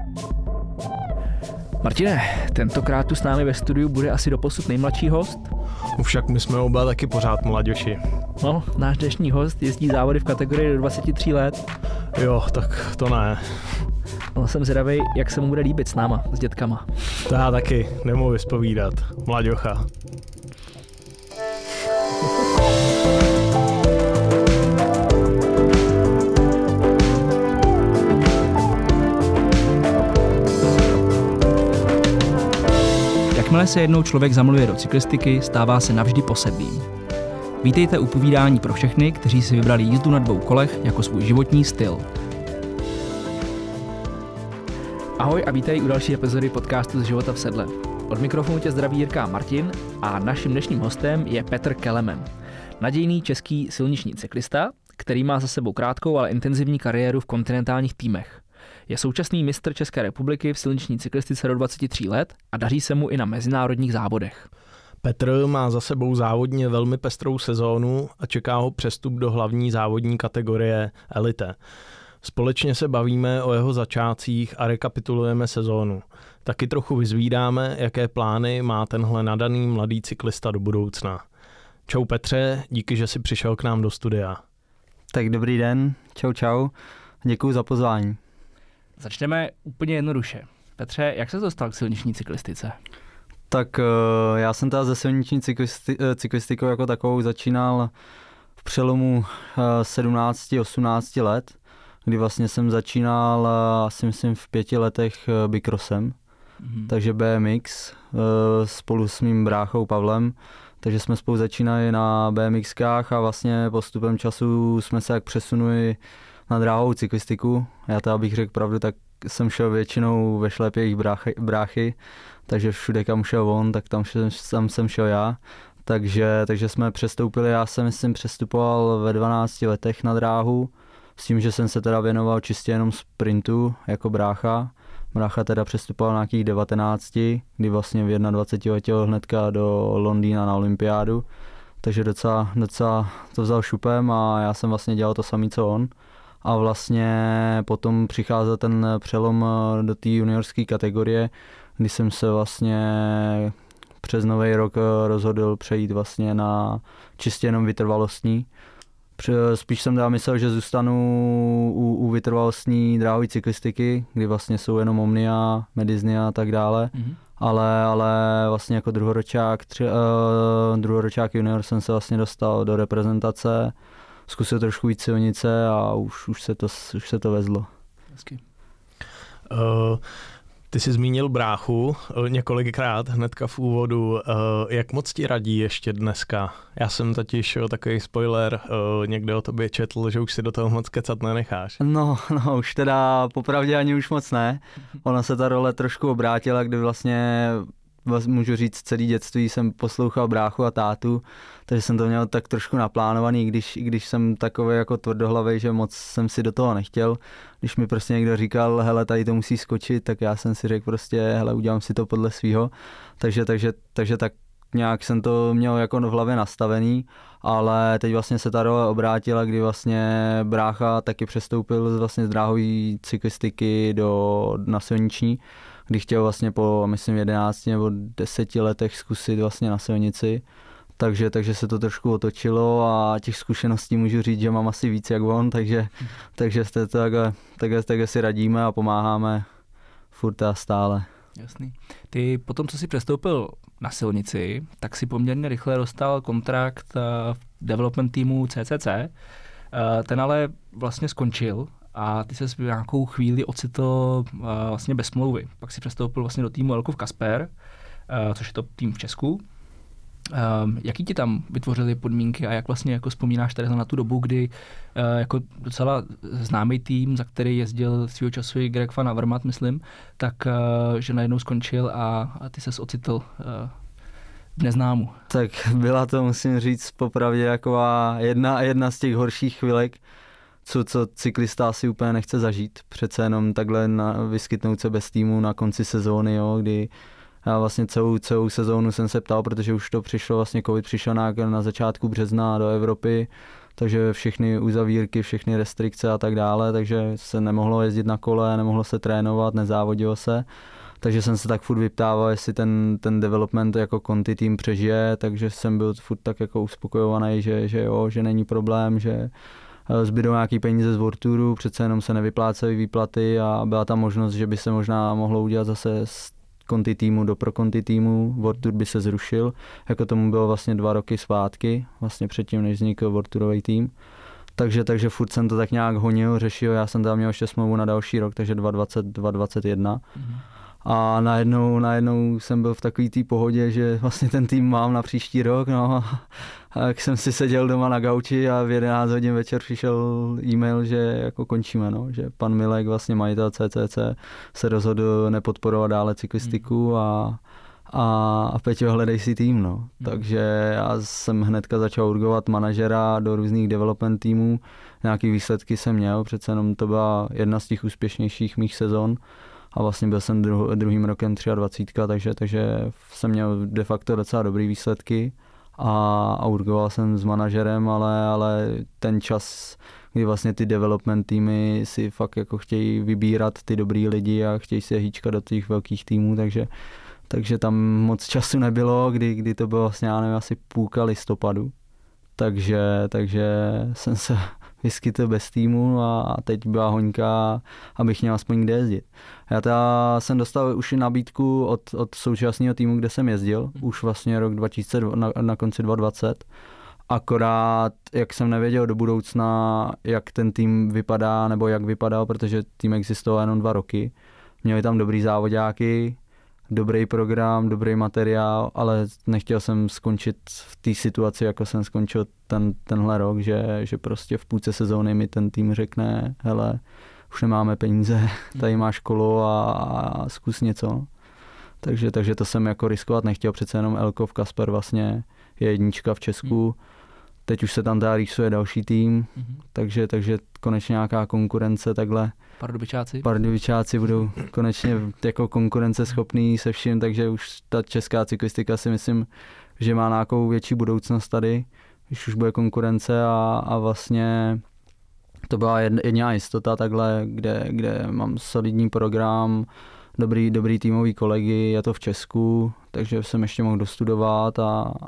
Martine, tentokrát tu s námi ve studiu bude asi doposud nejmladší host. Však my jsme oba taky pořád mladěši. No, náš dnešní host jezdí závody v kategorii do 23 let. Jo, tak to ne. No, jsem zvědavej, jak se mu bude líbit s náma, s dětkama. To já taky, nemůžu vyspovídat. Mlaďocha. Jakmile se jednou člověk zamiluje do cyklistiky, stává se navždy posedlým. Vítejte u povídání pro všechny, kteří si vybrali jízdu na dvou kolech jako svůj životní styl. Ahoj a vítej u další epizody podcastu Z života v sedle. Od mikrofonu tě zdraví Jirka Martin a naším dnešním hostem je Petr Kelemen. Nadějný český silniční cyklista, který má za sebou krátkou, ale intenzivní kariéru v kontinentálních týmech. Je současný mistr České republiky v silniční cyklistice do 23 let a daří se mu i na mezinárodních závodech. Petr má za sebou závodně velmi pestrou sezónu a čeká ho přestup do hlavní závodní kategorie Elite. Společně se bavíme o jeho začátcích a rekapitulujeme sezónu. Taky trochu vyzvídáme, jaké plány má tenhle nadaný mladý cyklista do budoucna. Čau Petře, díky, že jsi přišel k nám do studia. Tak dobrý den, čau, děkuji za pozvání. Začneme úplně jednoduše. Petře, jak se dostal k silniční cyklistice? Tak já jsem teda ze silniční cyklistikou jako takovou začínal v přelomu 17-18 let, kdy vlastně jsem začínal asi myslím v 5 letech bikrossem, takže BMX spolu s mým bráchou Pavlem, takže jsme spolu začínali na BMXkách a vlastně postupem času jsme se jak přesunuli na dráhovou cyklistiku. Já teda bych řekl pravdu, tak jsem šel většinou ve šlepě jejich bráchy, takže všude kam šel on, tak tam jsem šel já. Takže jsme přestoupili, já jsem myslím přestupoval ve 12 letech na dráhu, s tím, že jsem se teda věnoval čistě jenom sprintu jako brácha. Brácha teda přestupoval na nějakých 19, kdy vlastně v 21 letěl hnedka do Londýna na olympiádu, takže docela to vzal šupem a já jsem vlastně dělal to samé, co on. A vlastně potom přicházel ten přelom do té juniorské kategorie, kdy jsem se vlastně přes nový rok rozhodl přejít vlastně na čistě jenom vytrvalostní. Spíš jsem teda myslel, že zůstanu u vytrvalostní dráhové cyklistiky, kdy vlastně jsou jenom Omnia, Mediznia a tak dále. Ale vlastně jako druhoročák junior jsem se vlastně dostal do reprezentace, zkusil trošku víc silnice a už se to vezlo. Ty jsi zmínil bráchu několikrát hnedka v úvodu. Jak moc ti radí ještě dneska? Já jsem totiž takový spoiler někde o tobě četl, že už si do toho moc kecat nenecháš. No, už teda popravdě ani už moc ne. Ona se ta role trošku obrátila, kdy vlastně můžu říct, celý dětství jsem poslouchal bráchu a tátu, takže jsem to měl tak trošku naplánovaný, i když jsem takový jako tvrdohlavý, že moc jsem si do toho nechtěl. Když mi prostě někdo říkal, hele, tady to musí skočit, tak já jsem si řekl prostě, hele, udělám si to podle svýho. Takže tak nějak jsem to měl jako v hlavě nastavený, ale teď vlastně se ta role obrátila, kdy vlastně brácha taky přestoupil vlastně z dráhové cyklistiky na silniční, kdy chtěl vlastně po, myslím, 11 nebo 10 letech zkusit vlastně na silnici. Takže se to trošku otočilo a těch zkušeností můžu říct, že mám asi víc jak on, takže takhle si radíme a pomáháme furt a stále. Jasný. Ty potom, co jsi přestoupil na silnici, tak si poměrně rychle dostal kontrakt v development týmu CCC. Ten ale vlastně skončil a ty se v nějakou chvíli ocitl vlastně bez smlouvy. Pak si přestoupil vlastně do týmu Elkov Kasper, což je to tým v Česku. Jaký ti tam vytvořili podmínky a jak vlastně jako vzpomínáš tady na tu dobu, kdy jako docela známý tým, za který jezdil svýho času i Greg van Avermaet, myslím, tak že najednou skončil a ty ses ocitl v neznámu. Tak byla to, musím říct, popravdě jako jedna z těch horších chvilek, co cyklista si úplně nechce zažít. Přece jenom takhle vyskytnout se bez týmu na konci sezóny, jo, kdy já vlastně celou sezónu jsem se ptal, protože už to přišlo, vlastně covid přišel na začátku března do Evropy, takže všechny uzavírky, všechny restrikce a tak dále, takže se nemohlo jezdit na kole, nemohlo se trénovat, nezávodilo se. Takže jsem se tak furt vyptával, jestli ten development jako Conti tým přežije, takže jsem byl furt tak jako uspokojovaný, že jo, že není problém, že zbydou nějaký peníze z World Touru, přece jenom se nevyplácejí výplaty a byla tam možnost, že by se možná mohlo udělat zase z Conti týmu do pro Conti týmu, World Tour by se zrušil, jako tomu bylo vlastně 2 roky zpátky, vlastně předtím, než vznikl World Tourový tým. Takže furt jsem to tak nějak honil, řešil, já jsem tam měl ještě smlouvu na další rok, takže 2020, 2021. A najednou jsem byl v takové té pohodě, že vlastně ten tým mám na příští rok, no a jak jsem si seděl doma na gauči a v 11 hodin večer přišel e-mail, že jako končíme, no, že pan Milek, vlastně majitel CCC, se rozhodl nepodporovat dále cyklistiku a Peťo, hledej si tým, no. Takže já jsem hnedka začal urgovat manažera do různých development týmů, nějaký výsledky jsem měl, přece jenom to byla jedna z těch úspěšnějších mých sezon. A vlastně byl jsem druhým rokem 23, takže jsem měl de facto docela dobrý výsledky a urgoval jsem s manažerem, ale ten čas, kdy vlastně ty development týmy si fakt jako chtějí vybírat ty dobrý lidi a chtějí se hýčkat do těch velkých týmů, takže tam moc času nebylo, kdy to bylo vlastně, já nevím, asi půlka listopadu. Takže jsem se vyskytl bez týmu a teď byla hoňka, abych měl aspoň kde jezdit. Já teda jsem dostal už i nabídku od současného týmu, kde jsem jezdil, už vlastně rok 2000, na konci 2020. Akorát, jak jsem nevěděl do budoucna, jak ten tým vypadá, nebo jak vypadal, protože tým existoval jenom 2 roky. Měli tam dobrý závodáky, dobrý program, dobrý materiál, ale nechtěl jsem skončit v té situaci, jako jsem skončil tenhle rok, že prostě v půlce sezóny mi ten tým řekne, hele, už nemáme peníze, tady máš kolo a zkus něco. Takže to jsem jako riskovat nechtěl, přece jenom Elkov Kasper vlastně je jednička v Česku. Teď už se tam dá rýsuje další tým, takže konečně nějaká konkurence takhle. Pardubičáci budou konečně jako konkurenceschopný se vším, takže už ta česká cyklistika si myslím, že má nějakou větší budoucnost tady, když už bude konkurence a vlastně to byla jediná jistota takhle, kde mám solidní program, dobrý týmový kolegy, je to v Česku, takže jsem ještě mohl dostudovat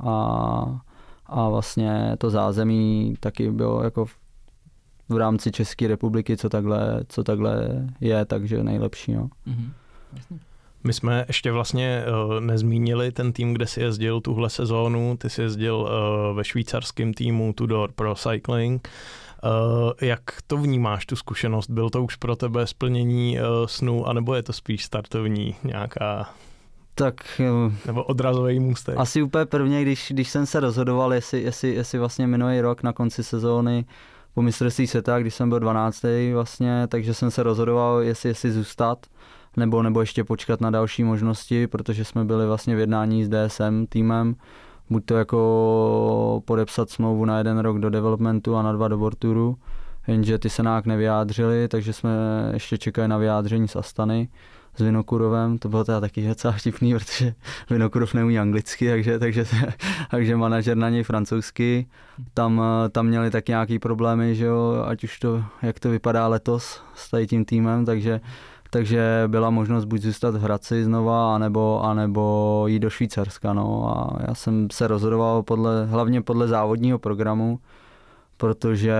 a vlastně to zázemí taky bylo jako v rámci České republiky, co takhle je, takže nejlepší. No. My jsme ještě vlastně nezmínili ten tým, kde jsi jezdil tuhle sezónu. Ty jsi jezdil ve švýcarském týmu Tudor Pro Cycling. Jak to vnímáš, tu zkušenost? Byl to už pro tebe splnění snů, anebo je to spíš startovní nějaká... Tak, nebo odrazový můstek? Asi úplně prvně, když jsem se rozhodoval, jestli vlastně minulý rok na konci sezóny po mistrovství světa, když jsem byl 12. vlastně, takže jsem se rozhodoval, jestli zůstat, nebo ještě počkat na další možnosti, protože jsme byli vlastně v jednání s DSM týmem, buď to jako podepsat smlouvu na 1 rok do developmentu a na 2 do World Touru, jenže ty se nějak nevyjádřili, takže jsme ještě čekali na vyjádření z Astany, s Vinokurovem, to bylo teda taky docela vtipný, protože Vinokurov neumí anglicky, takže manažer na něj francouzsky. Tam měli taky nějaký problémy, že jo, ať už to, jak to vypadá letos s tady tím týmem, takže byla možnost buď zůstat v Hradci znova, anebo jít do Švýcarska, no. A já jsem se rozhodoval hlavně podle závodního programu, protože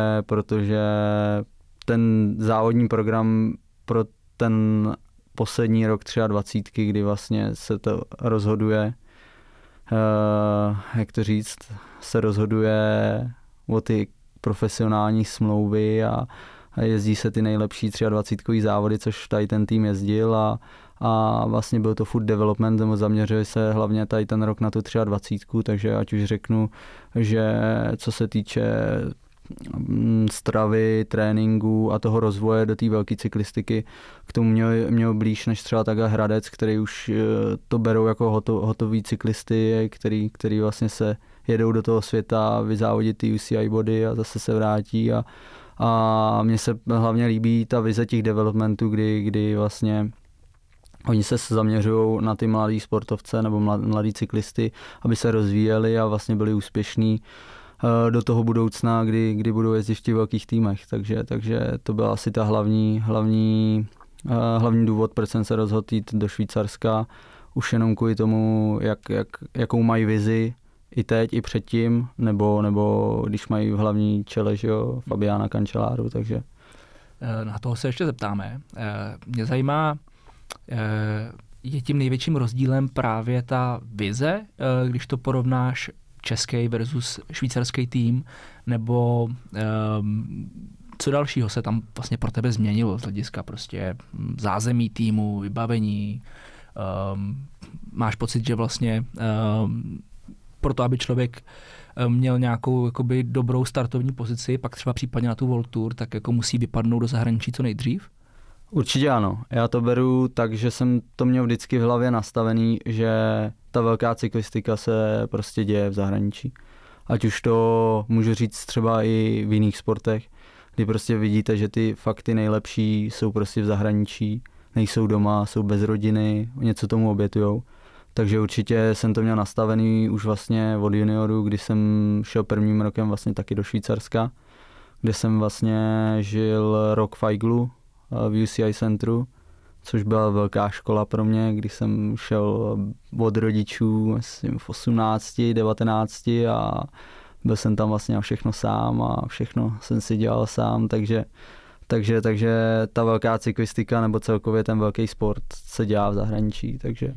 ten závodní program pro ten poslední rok 23, kdy vlastně se to rozhoduje, jak to říct, se rozhoduje o ty profesionální smlouvy a jezdí se ty nejlepší 23 závody, což tady ten tým jezdil a vlastně byl to food development, nebo zaměřili se hlavně tady ten rok na tu 23, takže ať už řeknu, že co se týče stravy, tréninku a toho rozvoje do té velké cyklistiky, k tomu měl blíž než třeba takhle Hradec, který už to berou jako hotový cyklisty, který vlastně se jedou do toho světa vyzávodit ty UCI body a zase se vrátí a mně se hlavně líbí ta vize těch developmentů, kdy vlastně oni se zaměřují na ty mladý sportovce nebo mladý cyklisty, aby se rozvíjeli a vlastně byli úspěšní. do toho budoucna, kdy budou jezdit v těch velkých týmech. Takže to byla asi ta hlavní důvod, proč jsem se rozhodl jít do Švýcarska. Už jenom kvůli tomu, jakou mají vizi i teď, i předtím, nebo když mají v hlavní čele, že jo, Fabiana Cancelláru, takže... Na toho se ještě zeptáme. Mě zajímá, je tím největším rozdílem právě ta vize, když to porovnáš český versus švýcarský tým, nebo co dalšího se tam vlastně pro tebe změnilo z hlediska prostě zázemí týmu, vybavení? Máš pocit, že vlastně pro to, aby člověk měl nějakou jakoby dobrou startovní pozici, pak třeba případně na tu World Tour, tak jako musí vypadnout do zahraničí co nejdřív? Určitě ano. Já to beru tak, že jsem to měl vždycky v hlavě nastavený, že ta velká cyklistika se prostě děje v zahraničí. Ať už to můžu říct třeba i v jiných sportech, kdy prostě vidíte, že ty fakty nejlepší jsou prostě v zahraničí, nejsou doma, jsou bez rodiny, něco tomu obětujou. Takže určitě jsem to měl nastavený už vlastně od junioru, kdy jsem šel prvním rokem vlastně taky do Švýcarska, kde jsem vlastně žil rok v Aiglu v UCI centru, což byla velká škola pro mě, kdy jsem šel od rodičů myslím, v 18, 19 a byl jsem tam vlastně na všechno sám a všechno jsem si dělal sám, takže ta velká cyklistika nebo celkově ten velký sport se dělá v zahraničí, takže...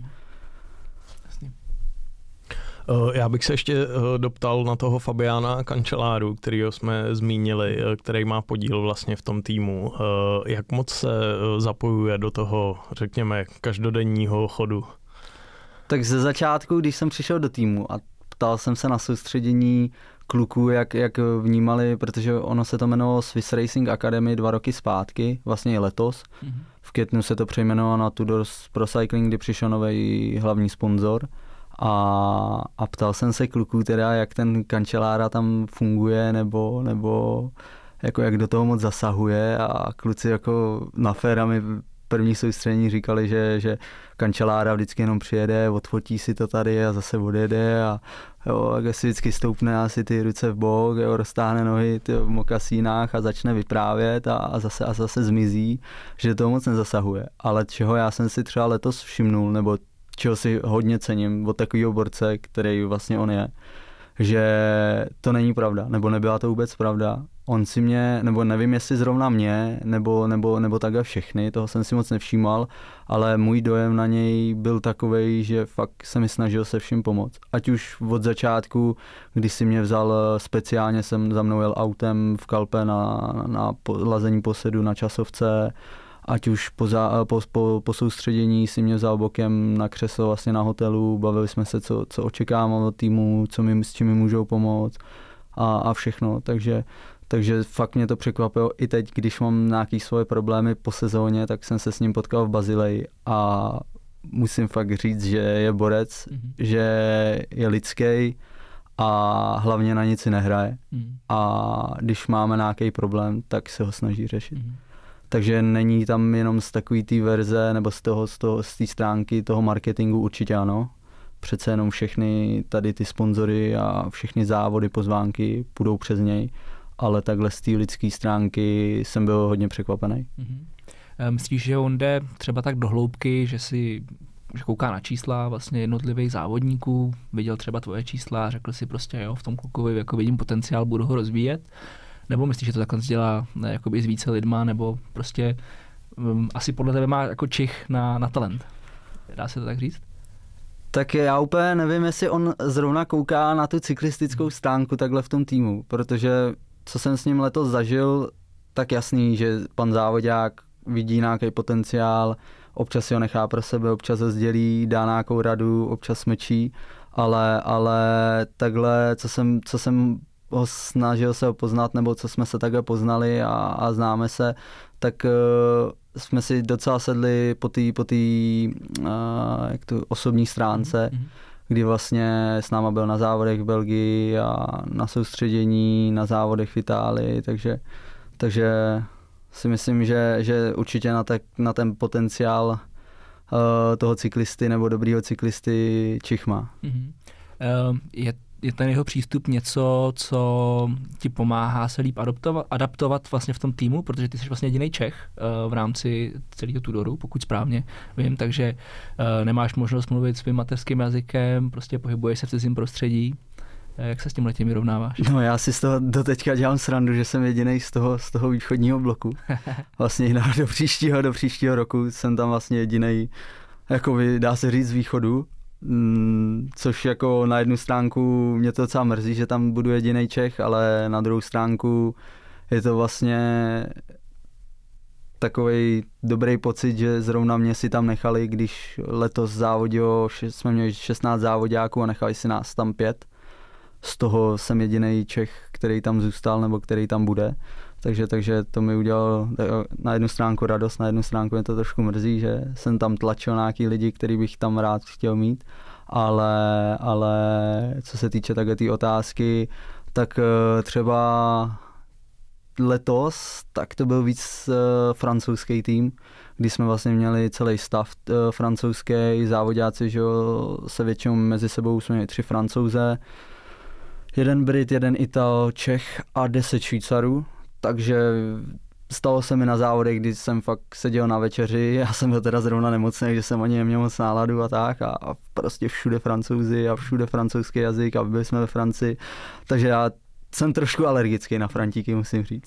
Já bych se ještě doptal na toho Fabiana Cancelláru, kterýho jsme zmínili, který má podíl vlastně v tom týmu. Jak moc se zapojuje do toho, řekněme, každodenního chodu? Tak ze začátku, když jsem přišel do týmu a ptal jsem se na soustředění kluků, jak vnímali, protože ono se to jmenovalo Swiss Racing Academy 2 roky zpátky, vlastně i letos. V květnu se to přejmenovalo na Tudor Pro Cycling, kdy přišel nový hlavní sponzor. A ptal jsem se kluků teda, jak ten Cancellára tam funguje, nebo jako jak do toho moc zasahuje a kluci jako na féra mi první soustředění říkali, že Cancellára vždycky jenom přijede, odfotí si to tady a zase odjede a jo, jak si vždycky stoupne asi ty ruce v bok, jo, roztáhne nohy v mokasínách a začne vyprávět a zase zmizí, že toho moc nezasahuje. Ale čeho já jsem si třeba letos všimnul, nebo čeho si hodně cením od takového borce, který vlastně on je, že to není pravda, nebo nebyla to vůbec pravda. On si mě, nebo nevím, jestli zrovna mě, nebo takhle všechny, toho jsem si moc nevšímal, ale můj dojem na něj byl takovej, že fakt se mi snažil se vším pomoct. Ať už od začátku, když si mě vzal speciálně, jsem za mnou jel autem v Kalpe na lazení po sedu na časovce, ať už po soustředění si mě vzal bokem na křeslo vlastně na hotelu, bavili jsme se, co očekávám od týmu, s čím mi můžou pomoct a všechno, takže fakt mě to překvapilo. I teď, když mám nějaké svoje problémy po sezóně, tak jsem se s ním potkal v Bazileji a musím fakt říct, že je borec, že je lidský a hlavně na nic si nehraje. A když máme nějaký problém, tak se ho snaží řešit. Takže není tam jenom z takový té verze nebo z té stránky toho marketingu určitě ano. Přece jenom všechny tady ty sponzory a všechny závody, pozvánky půjdou přes něj, ale takhle z té lidské stránky jsem byl hodně překvapený. Myslíš, že on jde třeba tak do hloubky, že kouká na čísla vlastně jednotlivých závodníků, viděl třeba tvoje čísla a řekl si prostě jo, v tom klukovi jako vidím potenciál, budu ho rozvíjet? Nebo myslíš, že to takhle dělá jakoby s více lidma, nebo prostě asi podle tebe má jako čich na talent? Dá se to tak říct? Tak já úplně nevím, jestli on zrovna kouká na tu cyklistickou stránku takhle v tom týmu, protože co jsem s ním letos zažil, tak jasný, že pan závodák vidí nějaký potenciál, občas si ho nechá pro sebe, občas ho sdělí, dá nějakou radu, občas smečí, ale takhle, co jsem ho snažil se ho poznat, nebo co jsme se takhle poznali a známe se, tak jsme si docela sedli po té osobní stránce, kdy vlastně s náma byl na závodech v Belgii a na soustředění, na závodech v Itálii, takže si myslím, že určitě na ten potenciál toho cyklisty nebo dobrýho cyklisty čich má. je ten jeho přístup něco, co ti pomáhá se líp adaptovat vlastně v tom týmu, protože ty jsi vlastně jediný Čech v rámci celého Tudoru, pokud správně vím, takže nemáš možnost mluvit svým mateřským jazykem, prostě pohybuješ se v cizím prostředí. Jak se s tím letím vyrovnáváš? No já si z toho doteďka dělám srandu, že jsem jedinej z toho východního bloku. Vlastně do příštího roku jsem tam vlastně jedinej, jakoby dá se říct, z východu. Což jako na jednu stránku mě to docela mrzí, že tam budu jedinej Čech, ale na druhou stránku je to vlastně takový dobrý pocit, že zrovna mě si tam nechali, když letos jsme měli 16 závodáků a nechali si nás tam 5. Z toho jsem jedinej Čech, který tam zůstal nebo který tam bude. Takže to mi udělalo na jednu stránku radost, na jednu stránku mě to trošku mrzí, že jsem tam tlačil nějaký lidi, který bych tam rád chtěl mít. Ale co se týče takové té otázky, tak třeba letos, tak to byl víc francouzský tým, kdy jsme vlastně měli celý stav francouzský, závodáci, že se většinou mezi sebou jsme měli 3 Francouze, 1 Brit, 1 Ital, Čech a 10 Švýcarů, takže stalo se mi na závodech, kdy jsem fakt seděl na večeři, já jsem byl teda zrovna nemocný, že jsem ani neměl moc náladu a tak a prostě všude Francouzi a všude francouzský jazyk a byli jsme ve Francii, takže já jsem trošku alergický na Frantíky, musím říct.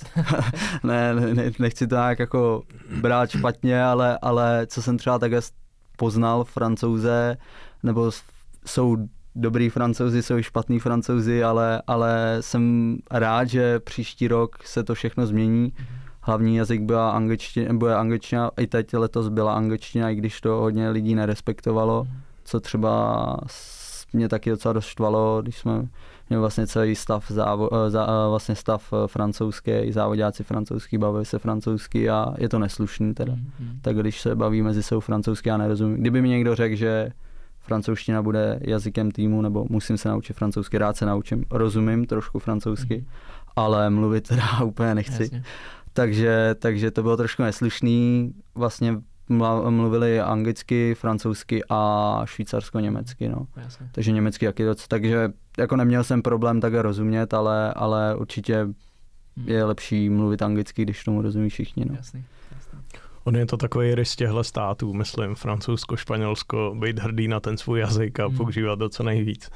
Nechci to nějak jako brát špatně, ale co jsem třeba takhle poznal Francouze, nebo jsou dobrý Francouzi, jsou špatný Francouzi, ale jsem rád, že příští rok se to všechno změní. Hlavní jazyk byla angličtina, i teď letos byla angličtina, i když to hodně lidí nerespektovalo, co třeba mě taky docela doštvalo, když jsme měli vlastně celý stav, vlastně stav francouzský, závodáci francouzský, bavili se francouzsky a je to neslušný teda. Tak když se baví mezi sebou francouzsky, já nerozumím. Kdyby mi někdo řekl, že francouzština bude jazykem týmu, nebo musím se naučit francouzsky, rád se naučím, rozumím trošku francouzsky, ale mluvit teda úplně nechci. Jasně. Takže to bylo trošku neslušný, vlastně mluvili anglicky, francouzsky a švýcarsko-německy, no. Takže německy jaký docela, takže jako neměl jsem problém takhle rozumět, ale určitě je lepší mluvit anglicky, když tomu rozumí všichni, no. Jasný. On je to takový rys těchto států, myslím, Francouzsko, Španělsko, být hrdý na ten svůj jazyk a používat to co nejvíc.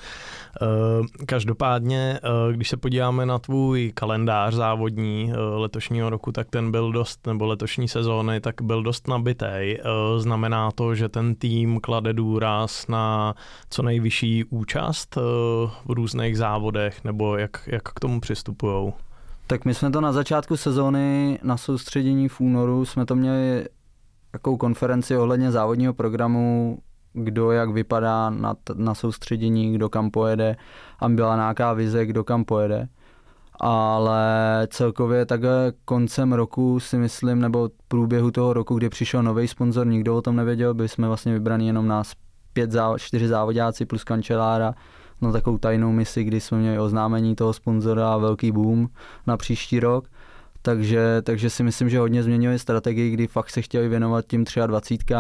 Každopádně, když se podíváme na tvůj kalendář závodní letošního roku, tak ten byl dost, nebo letošní sezóny, tak byl dost nabitej. Znamená to, že ten tým klade důraz na co nejvyšší účast v různých závodech, nebo jak k tomu přistupujou? Tak my jsme to na začátku sezóny na soustředění v únoru, jsme to měli takovou konferenci ohledně závodního programu, kdo jak vypadá na soustředění, kdo kam pojede a byla nějaká vize, kdo kam pojede. Ale celkově takhle koncem roku si myslím, nebo průběhu toho roku, kdy přišel nový sponzor, nikdo o tom nevěděl, byli jsme vlastně vybraní jenom nás 4 závodáci plus kancelára, na takovou tajnou misi, kdy jsme měli oznámení toho sponzora a velký boom na příští rok. Takže si myslím, že hodně změnili strategii, kdy fakt se chtěli věnovat tím 23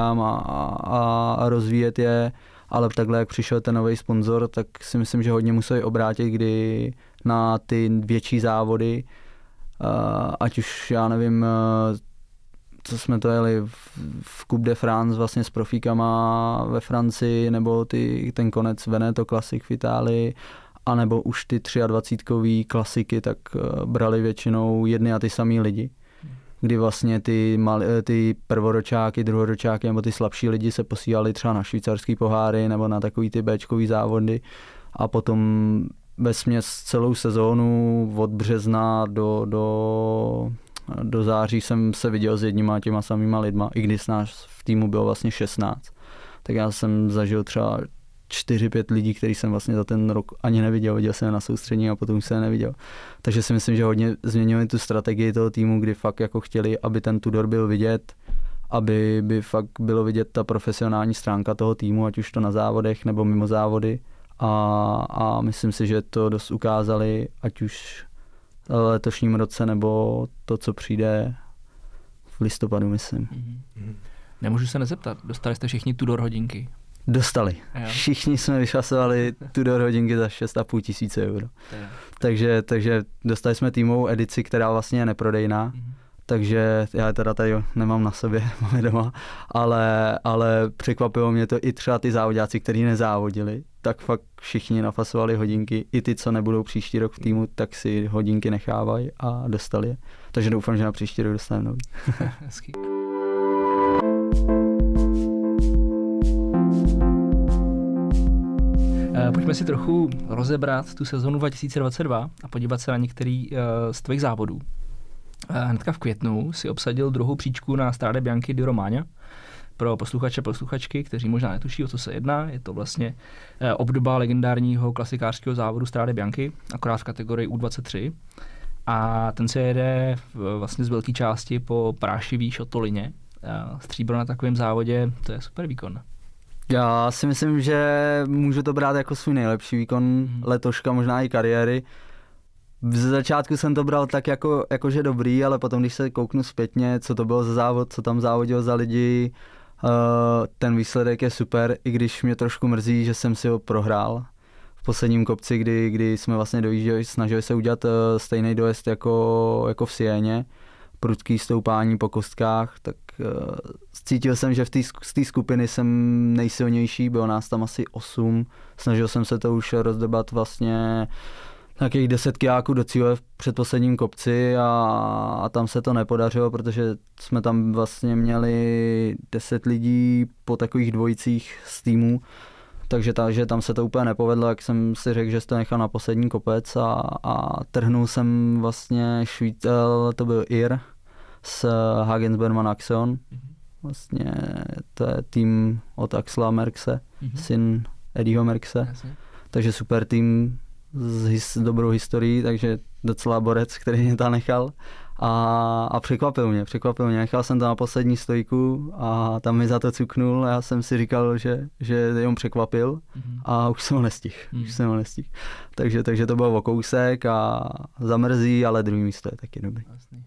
a rozvíjet je, ale takhle, jak přišel ten nový sponzor, tak si myslím, že hodně museli obrátit, kdy na ty větší závody, ať už, já nevím, co jsme to jeli v Coupe de France vlastně s profíkama ve Francii, nebo ten konec Veneto Classic v Itálii, anebo už ty 23kový klasiky, tak brali většinou jedny a ty samý lidi. Kdy vlastně ty prvoročáky, druhoročáky nebo ty slabší lidi se posílali třeba na švýcarský poháry nebo na takový ty Bčkový závody a potom vesměs celou sezónu od března do září jsem se viděl s jedníma těma samýma lidma, i když nás v týmu bylo vlastně 16. Tak já jsem zažil třeba 4-5 lidí, který jsem vlastně za ten rok ani neviděl, viděl jsem je na soustředění a potom už jsem je neviděl. Takže si myslím, že hodně změnili tu strategii toho týmu, kdy fakt jako chtěli, aby ten Tudor byl vidět, aby by fakt bylo vidět ta profesionální stránka toho týmu, ať už to na závodech nebo mimo závody. A myslím si, že to dost ukázali, ať už v letošním roce nebo to, co přijde v listopadu, myslím. Nemůžu se nezeptat, dostali jste všichni Tudor hodinky? Dostali. Všichni jsme vyšasovali Tudor hodinky za 6,5 tisíce euro. Takže dostali jsme týmovou edici, která vlastně je neprodejná. Takže já je teda tady nemám na sobě, máme doma, ale překvapilo mě to i třeba ty závodáci, kteří nezávodili, tak fakt všichni nafasovali hodinky, i ty, co nebudou příští rok v týmu, tak si hodinky nechávají a dostali je. Takže doufám, že na příští rok dostaneme nový. Pojďme si trochu rozebrat tu sezonu 2022 a podívat se na některý z tvých závodů. Hnedka v květnu si obsadil druhou příčku na Strade Bianche di Romagna. Pro posluchačky, kteří možná netuší, o co se jedná, je to vlastně obdoba legendárního klasikářského závodu Strade Bianche, akorát v kategorii U23. A ten se jede vlastně z velké části po prášivý šotolině. Stříbro na takovém závodě, to je super výkon. Já si myslím, že můžu to brát jako svůj nejlepší výkon letoška, možná i kariéry. V začátku jsem to bral tak jakože dobrý, ale potom, když se kouknu zpětně, co to bylo za závod, co tam závodil za lidi, ten výsledek je super, i když mě trošku mrzí, že jsem si ho prohrál v posledním kopci, kdy jsme vlastně dojížděli, snažili se udělat stejný dojezd jako v Sieně, prudký stoupání po kostkách, tak cítil jsem, že z té skupiny jsem nejsilnější, bylo nás tam asi 8, snažil jsem se to už rozdobat vlastně nějakých 10 kiláků do cíle v předposledním kopci a tam se to nepodařilo, protože jsme tam vlastně měli 10 lidí po takových dvojicích z týmu, takže tam se to úplně nepovedlo, jak jsem si řekl, že to nechal na poslední kopec a trhnul jsem vlastně Švítel, to byl Ir s Hagensberman Axon, vlastně to je tým od Axela Merckxe, syn Eddieho Merckxe, takže super tým s dobrou historií, takže docela borec, který mě tam nechal a překvapil mě, nechal jsem tam na poslední stojku a tam mi za to cuknul a já jsem si říkal, že je překvapil a už jsem ho nestihl, takže to bylo o kousek a zamrzí, ale druhý místo je taky dobrý.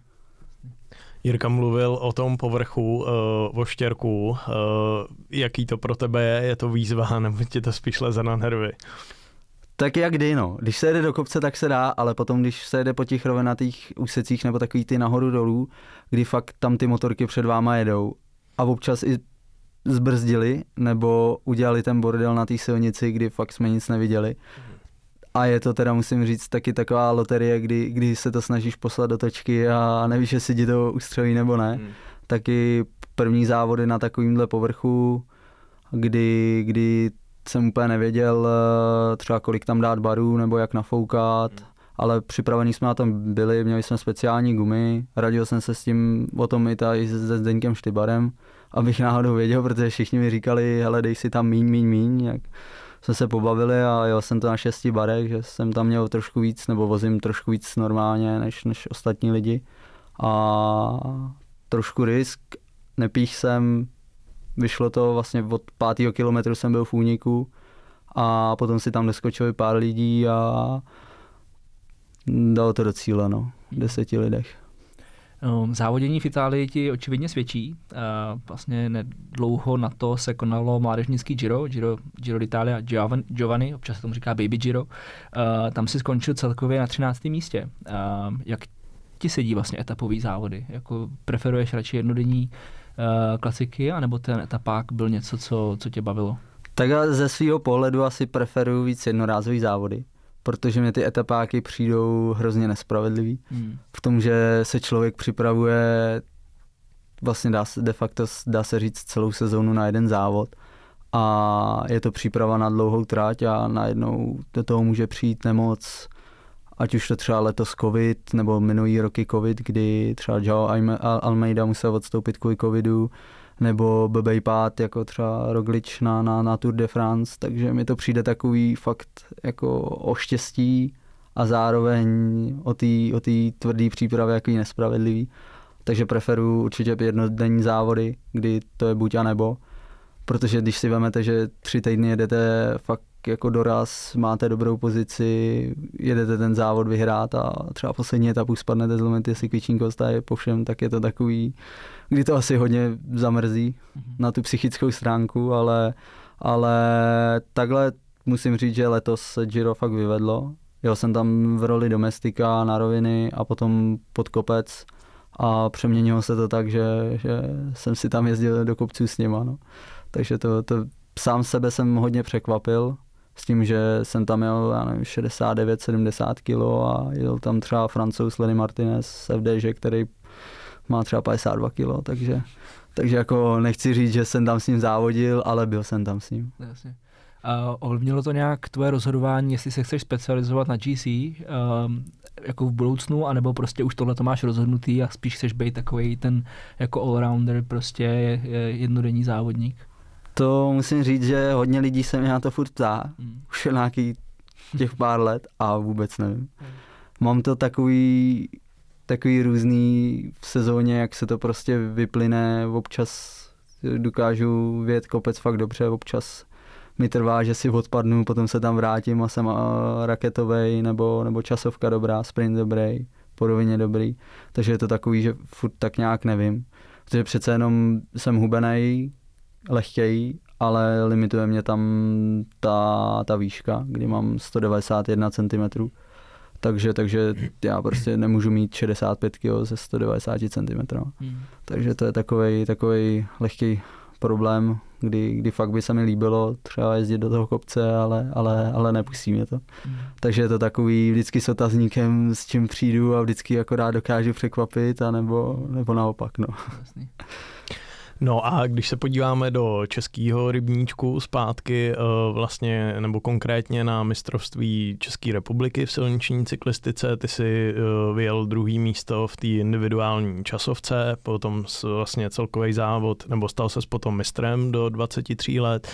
Jirka mluvil o tom povrchu, o štěrku, jaký to pro tebe je to výzva, nebo ti to spíš leze na nervy? Tak jak kdy, no. Když se jede do kopce, tak se dá, ale potom, když se jede po těch rovinatých úsecích nebo takový ty nahoru dolů, kdy fakt tam ty motorky před váma jedou a občas i zbrzdili nebo udělali ten bordel na té silnici, kdy fakt jsme nic neviděli. A je to teda, musím říct, taky taková loterie, kdy se to snažíš poslat do točky a nevíš, jestli ti to ustřelí nebo ne. Taky první závody na takovýmhle povrchu, kdy jsem úplně nevěděl třeba kolik tam dát barů nebo jak nafoukat, ale připravení jsme na tom byli, měli jsme speciální gumy, radil jsem se s tím o tom i se Zdeňkem Štybarem, abych náhodou věděl, protože všichni mi říkali, hele, dej si tam míň, jak jsme se pobavili a jel jsem to na 6 barech, že jsem tam měl trošku víc, nebo vozím trošku víc normálně než ostatní lidi a trošku risk, nepích jsem, vyšlo to vlastně od 5. kilometru jsem byl v úniku a potom si tam doskočili pár lidí a dalo to do cíle, 10 lidech. Závodění v Itálii ti očividně svědčí. Vlastně nedlouho na to se konalo mládežnický Giro d'Italia Giovanni, občas se tomu říká Baby Giro. Tam si skončil celkově na 13. místě. Jak ti sedí vlastně etapový závody? Jako preferuješ radši jednodenní klasiky, anebo ten etapák byl něco, co tě bavilo? Tak ze svého pohledu asi preferuji víc jednorázový závody, protože mě ty etapáky přijdou hrozně nespravedlivý. V tom, že se člověk připravuje vlastně dá se říct celou sezónu na jeden závod a je to příprava na dlouhou trať a najednou do toho může přijít nemoc, ať už to třeba letos covid, nebo minulý roky covid, kdy třeba Joao Almeida musel odstoupit kvůli covidu, nebo blbej pád, jako třeba Roglič na Tour de France, takže mi to přijde takový fakt jako o štěstí a zároveň o té tvrdé přípravě jako nespravedlivý. Takže preferuji určitě jednodenní závody, kdy to je buď a nebo, protože když si vemete, že 3 týdny jedete fakt jako doraz, máte dobrou pozici, jedete ten závod vyhrát a třeba poslední etapu spadnete, zlomíte si kvičník kost a je po všem, tak je to takový, kdy to asi hodně zamrzí na tu psychickou stránku, ale takhle musím říct, že letos se Giro fakt vyvedlo. Jel jsem tam v roli domestika na roviny a potom pod kopec a přeměnilo se to tak, že jsem si tam jezdil do kopců s nima. No. Takže to sám sebe jsem hodně překvapil s tím, že jsem tam jel, já nevím, 69-70 kg a jel tam třeba Francouz Lenny Martinez z FDŽ, který má třeba 52 kg, takže jako nechci říct, že jsem tam s ním závodil, ale byl jsem tam s ním. Jasně. Ovlivnilo to nějak tvoje rozhodování, jestli se chceš specializovat na GC jako v budoucnu, anebo prostě už tohle to máš rozhodnutý a spíš chceš být takový ten jako allrounder, prostě jednodenní závodník? To musím říct, že hodně lidí se mě na to furt ptá, už je nějaký těch pár let a vůbec nevím. Mám to takový různý v sezóně, jak se to prostě vyplyne, občas dokážu vyjet kopec fakt dobře, občas mi trvá, že si odpadnu, potom se tam vrátím a jsem raketovej, nebo časovka dobrá, sprint dobrý, po rovině dobrý, takže je to takový, že furt tak nějak nevím, protože přece jenom jsem hubenej, lehkej, ale limituje mě tam ta výška, kdy mám 191 cm. Takže já prostě nemůžu mít 65 kg ze 190 cm. Takže to je takovej lehký problém, kdy fakt by se mi líbilo třeba jezdit do toho kopce, ale nepustí mě to. Takže je to takový vždycky s otazníkem, s čím přijdu a vždycky akorát dokážu překvapit, nebo naopak. No. Jasný. No a když se podíváme do českého rybníčku zpátky vlastně, nebo konkrétně na mistrovství České republiky v silniční cyklistice, ty si vyjel druhý místo v té individuální časovce, potom vlastně celkový závod, nebo stal ses potom mistrem do 23 let.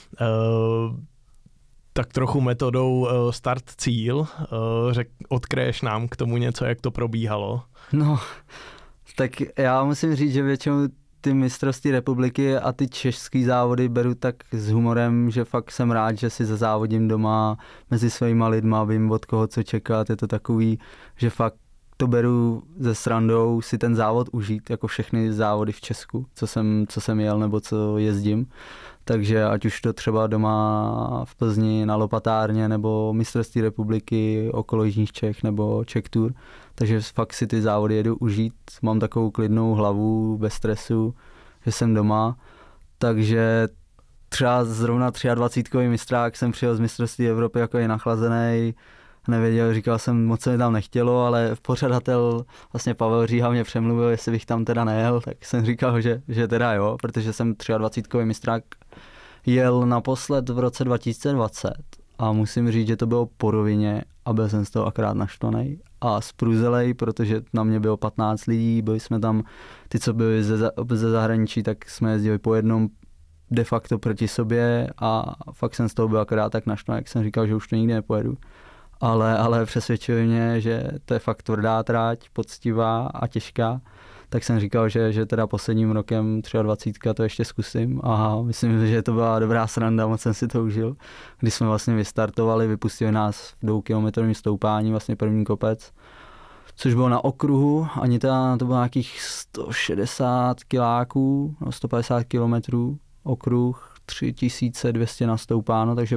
Tak trochu metodou start-cíl, odkryješ nám k tomu něco, jak to probíhalo? No, tak já musím říct, že většinou ty mistrovství republiky a ty český závody beru tak s humorem, že fakt jsem rád, že si zazávodím doma mezi svýma lidma, vím od koho co čekat, je to takový, že fakt to beru ze srandou si ten závod užít, jako všechny závody v Česku, co jsem jel nebo co jezdím. Takže ať už to třeba doma v Plzni na Lopatárně nebo mistrovství republiky okolo Jižních Čech nebo Czech Tour. Takže fakt si ty závody jedu užít. Mám takovou klidnou hlavu, bez stresu, že jsem doma. Takže třeba zrovna 23kový mistrák jsem přijel z mistrovství Evropy jako je nachlazený. Nevěděl, říkal jsem, moc se mi tam nechtělo, ale pořadatel, vlastně Pavel Říha mě přemluvil, jestli bych tam teda nejel, tak jsem říkal, že teda jo, protože jsem 23kový mistrák jel naposled v roce 2020 a musím říct, že to bylo po rovině a byl jsem z toho akorát naštvaný a spruzelej, protože na mě bylo 15 lidí, byli jsme tam, ty, co byli ze zahraničí, tak jsme jezdili po jednom de facto proti sobě a fakt jsem z toho byl akorát tak naštvaný, jak jsem říkal, že už to nikdy nepojedu. Ale přesvědčili mě, že to je fakt tvrdá trať, poctivá a těžká, tak jsem říkal, že teda posledním rokem 23 to ještě zkusím a myslím, že to byla dobrá sranda, moc jsem si to užil. Když jsme vlastně vystartovali, vypustili nás v 2kilometrovém stoupání, vlastně první kopec, což bylo na okruhu, ani to bylo nějakých 160 kiláků, 150 kilometrů okruh, 3200 nastoupáno, takže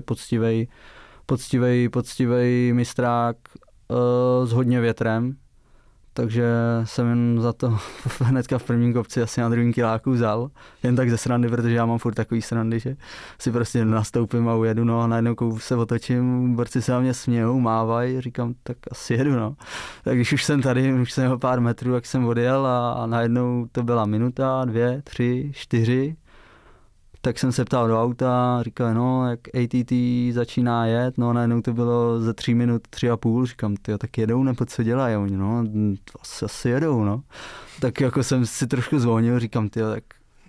poctivej mistrák s hodně větrem, takže jsem jen za to hnedka v prvním kopci asi na druhým kiláku vzal, jen tak ze srandy, protože já mám furt takový srandy, že si prostě nastoupím a ujedu, no a najednou se otočím, borci se na mě smějou, mávají, říkám, tak asi jedu, no. Tak když už jsem tady, už jsem jel pár metrů, jak jsem odjel a najednou to byla minuta, 2, 3, 4, tak jsem se ptal do auta, říkal, no, jak ATT začíná jet, no, najednou to bylo za 3 minut 3,5, říkám, tyjo, tak jedou, nebo co dělají oni, no, asi jedou, no. Tak jako jsem si trošku zvonil, říkám, tyjo, tak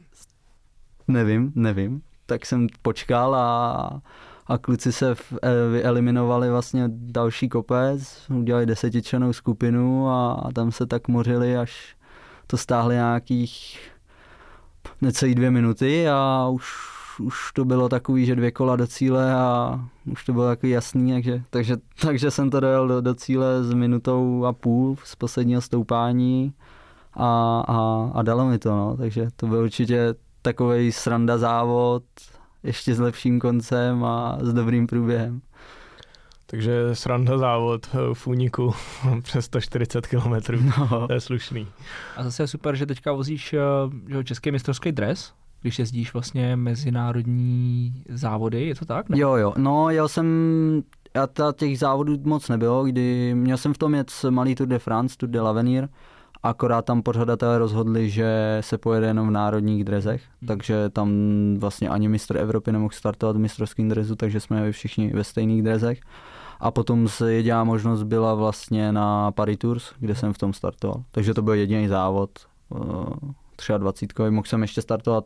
nevím, tak jsem počkal a kluci se vyeliminovali vlastně další kopec, udělali 10člennou skupinu a tam se tak mořili, až to stáhli nějakých necelý 2 minuty a už to bylo takový, že 2 kola do cíle a už to bylo takový jasný, takže jsem to dojel do cíle s minutou a půl z posledního stoupání a dalo mi to, no. Takže to byl určitě takovej sranda závod, ještě s lepším koncem a s dobrým průběhem. Takže sranda závod v úniku přes 140 km, No. to je slušný. A zase je super, že teďka vozíš český mistrovský dres, když jezdíš vlastně mezinárodní závody, je to tak? Ne? Jo, no těch závodů moc nebylo, kdy měl jsem v tom jet malý Tour de France, Tour de l'Avenir, akorát tam pořadatelé rozhodli, že se pojede jenom v národních drezech, takže tam vlastně ani mistr Evropy nemohl startovat v mistrovském drezu, takže jsme jeli všichni ve stejných drezech. A potom jediná možnost byla vlastně na Paris Tours, kde jsem v tom startoval. Takže to byl jediný závod, 23. Mohl jsem ještě startovat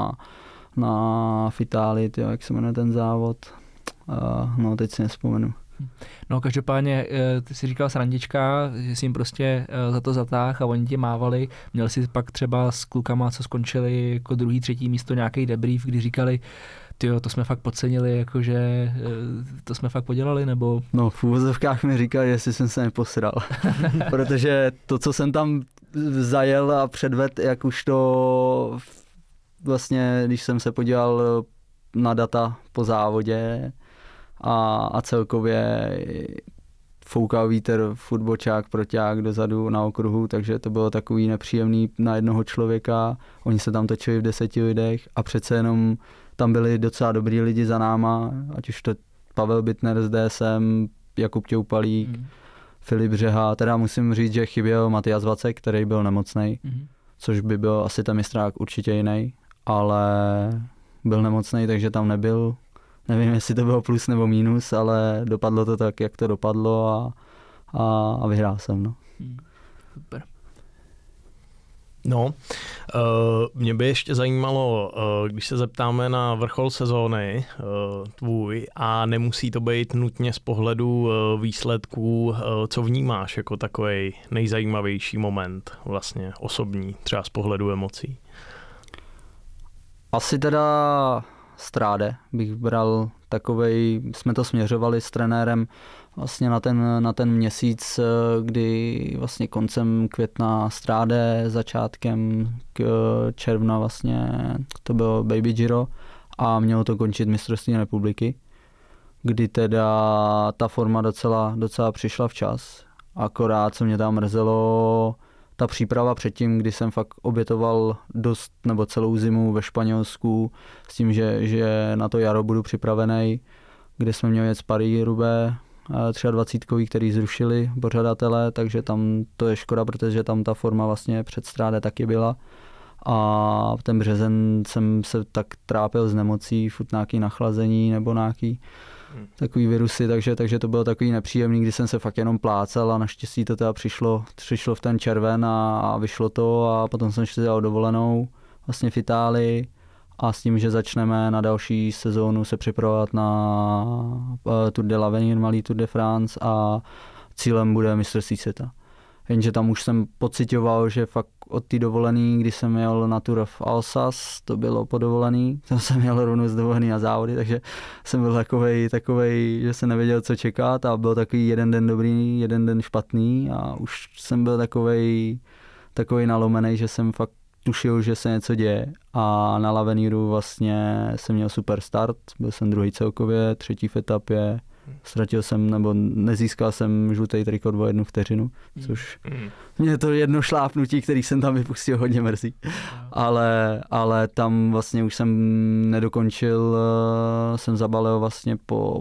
v Itálii, jak se jmenuje ten závod. No, teď si nevzpomenu. No každopádně, ty jsi říkal srandička, že jsi jim prostě za to zatáhl a oni ti mávali. Měl jsi pak třeba s klukama, co skončili jako druhý, třetí místo, nějaký debrief, kdy říkali, tyjo, to jsme fakt podcenili, jakože to jsme fakt podělali, nebo... No, v úvozovkách mi říkali, jestli jsem se neposral. Protože to, co jsem tam zajel a předvedl, jak už to vlastně, když jsem se podíval na data po závodě a celkově foukal vítr, fotbočák, proťák dozadu na okruhu, takže to bylo takový nepříjemný na jednoho člověka. Oni se tam točili v 10 lidech a přece jenom tam byli docela dobrý lidi za náma, ať už to Pavel Bittner z DSM, Jakub Těupalík, Filip Řeha, teda musím říct, že chyběl Matias Vacek, který byl nemocnej, což by byl asi ten mistrák určitě jiný, ale byl nemocnej, takže tam nebyl. Nevím, jestli to bylo plus nebo mínus, ale dopadlo to tak, jak to dopadlo a vyhrál jsem. No. Super. No, mě by ještě zajímalo, když se zeptáme na vrchol sezóny tvůj a nemusí to být nutně z pohledu výsledků, co vnímáš jako takový nejzajímavější moment vlastně osobní, třeba z pohledu emocí? Asi teda Stráde bych bral takovej, jsme to směřovali s trenérem vlastně na ten měsíc, kdy vlastně koncem května Stráde, začátkem června vlastně to bylo Baby Giro a mělo to končit mistrovství republiky, kdy teda ta forma docela přišla včas, akorát co mě tam mrzelo, ta příprava předtím, kdy jsem fakt obětoval dost nebo celou zimu ve Španělsku s tím, že na to jaro budu připravený, kde jsme měli jet z Paris-Roubaix 23, který zrušili pořadatelé, takže tam to je škoda, protože tam ta forma vlastně před Stráde taky byla. A ten březen jsem se tak trápil z nemocí, furt nějaký nachlazení nebo nějaký takový virusy, takže to bylo takový nepříjemný, kdy jsem se fakt jenom plácal a naštěstí to teda přišlo v ten červen a vyšlo to a potom jsem šel dělal dovolenou vlastně v Itálii a s tím, že začneme na další sezónu se připravovat na Tour de l'Avenir, malý Tour de France a cílem bude mistrovství světa. Jenže tam už jsem pocitoval, že fakt od té dovolený, když jsem jel na Tour of Alsace, to bylo po dovolený, tam jsem jel rovnou z dovolený na závody, takže jsem byl takovej, že jsem nevěděl, co čekat a byl takový jeden den dobrý, jeden den špatný a už jsem byl takovej nalomený, že jsem fakt tušil, že se něco děje a na L'Aveniru vlastně jsem měl super start, byl jsem druhý celkově, třetí v etapě, ztratil jsem, nebo nezískal jsem žlutý trikot o 1 vteřinu, což mě to jedno šlápnutí, který jsem tam vypustil, hodně mrzí. Ale tam vlastně už jsem nedokončil, jsem zabalil vlastně po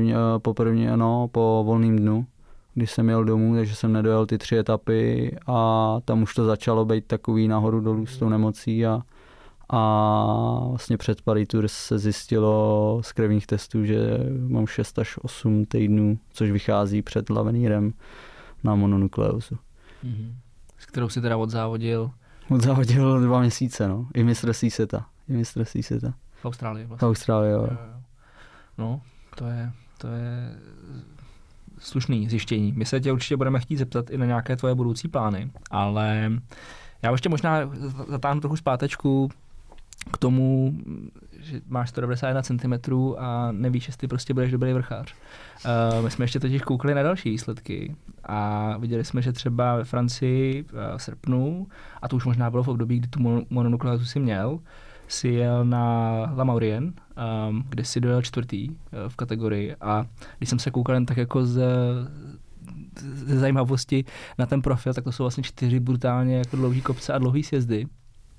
volným dnu, když jsem jel domů, takže jsem nedojel ty 3 etapy a tam už to začalo být takový nahoru dolů s tou nemocí a vlastně před Paris Tours se zjistilo z krevních testů, že mám 6 až 8 týdnů, což vychází před L'Avenirem na mononukleózu. S kterou si teda odzávodil? Odzávodil 2 měsíce, no. I mistrovství světa. V Austrálii vlastně. V Austrálii, jo. No, to je slušný zjištění. My se tě určitě budeme chtít zeptat i na nějaké tvoje budoucí plány, ale já ještě možná zatáhnu trochu zpátečku k tomu, že máš 191 cm a nevíš, jestli prostě budeš dobrý vrchář. My jsme ještě totiž koukali na další výsledky a viděli jsme, že třeba ve Francii v srpnu, a to už možná bylo v období, kdy tu mononukleózu si měl, si jel na La Maurienne, kde si dojel 4. v kategorii a když jsem se koukal jen tak jako ze zajímavosti na ten profil, tak to jsou vlastně 4 brutálně jako dlouhý kopce a dlouhý sjezdy.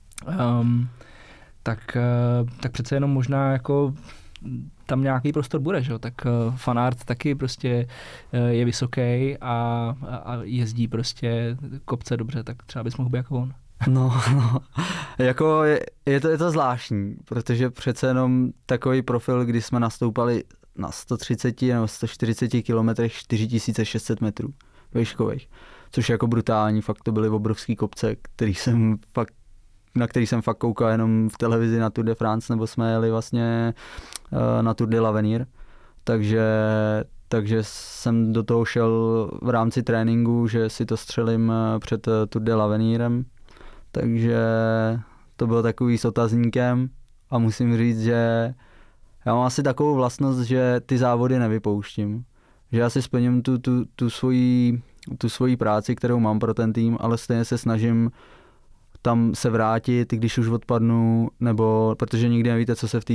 Tak přece jenom možná jako tam nějaký prostor bude, že jo? Tak fanart taky prostě je vysoký a jezdí prostě kopce dobře, tak třeba bys mohl být jako on. No, jako je to zvláštní, protože přece jenom takový profil, kdy jsme nastoupali na 130 nebo 140 kilometrech 4600 metrů výškových, což je jako brutální, fakt to byly obrovský kopce, na který jsem fakt koukal jenom v televizi na Tour de France, nebo jsme jeli vlastně na Tour de l'Avenir, takže jsem do toho šel v rámci tréninku, že si to střelím před Tour de l'Avenirem, takže to bylo takový s otazníkem a musím říct, že já mám asi takovou vlastnost, že ty závody nevypouštím, že já si splním tu svoji práci, kterou mám pro ten tým, ale stejně se snažím tam se vrátit, když už odpadnu, nebo protože nikdy nevíte, co se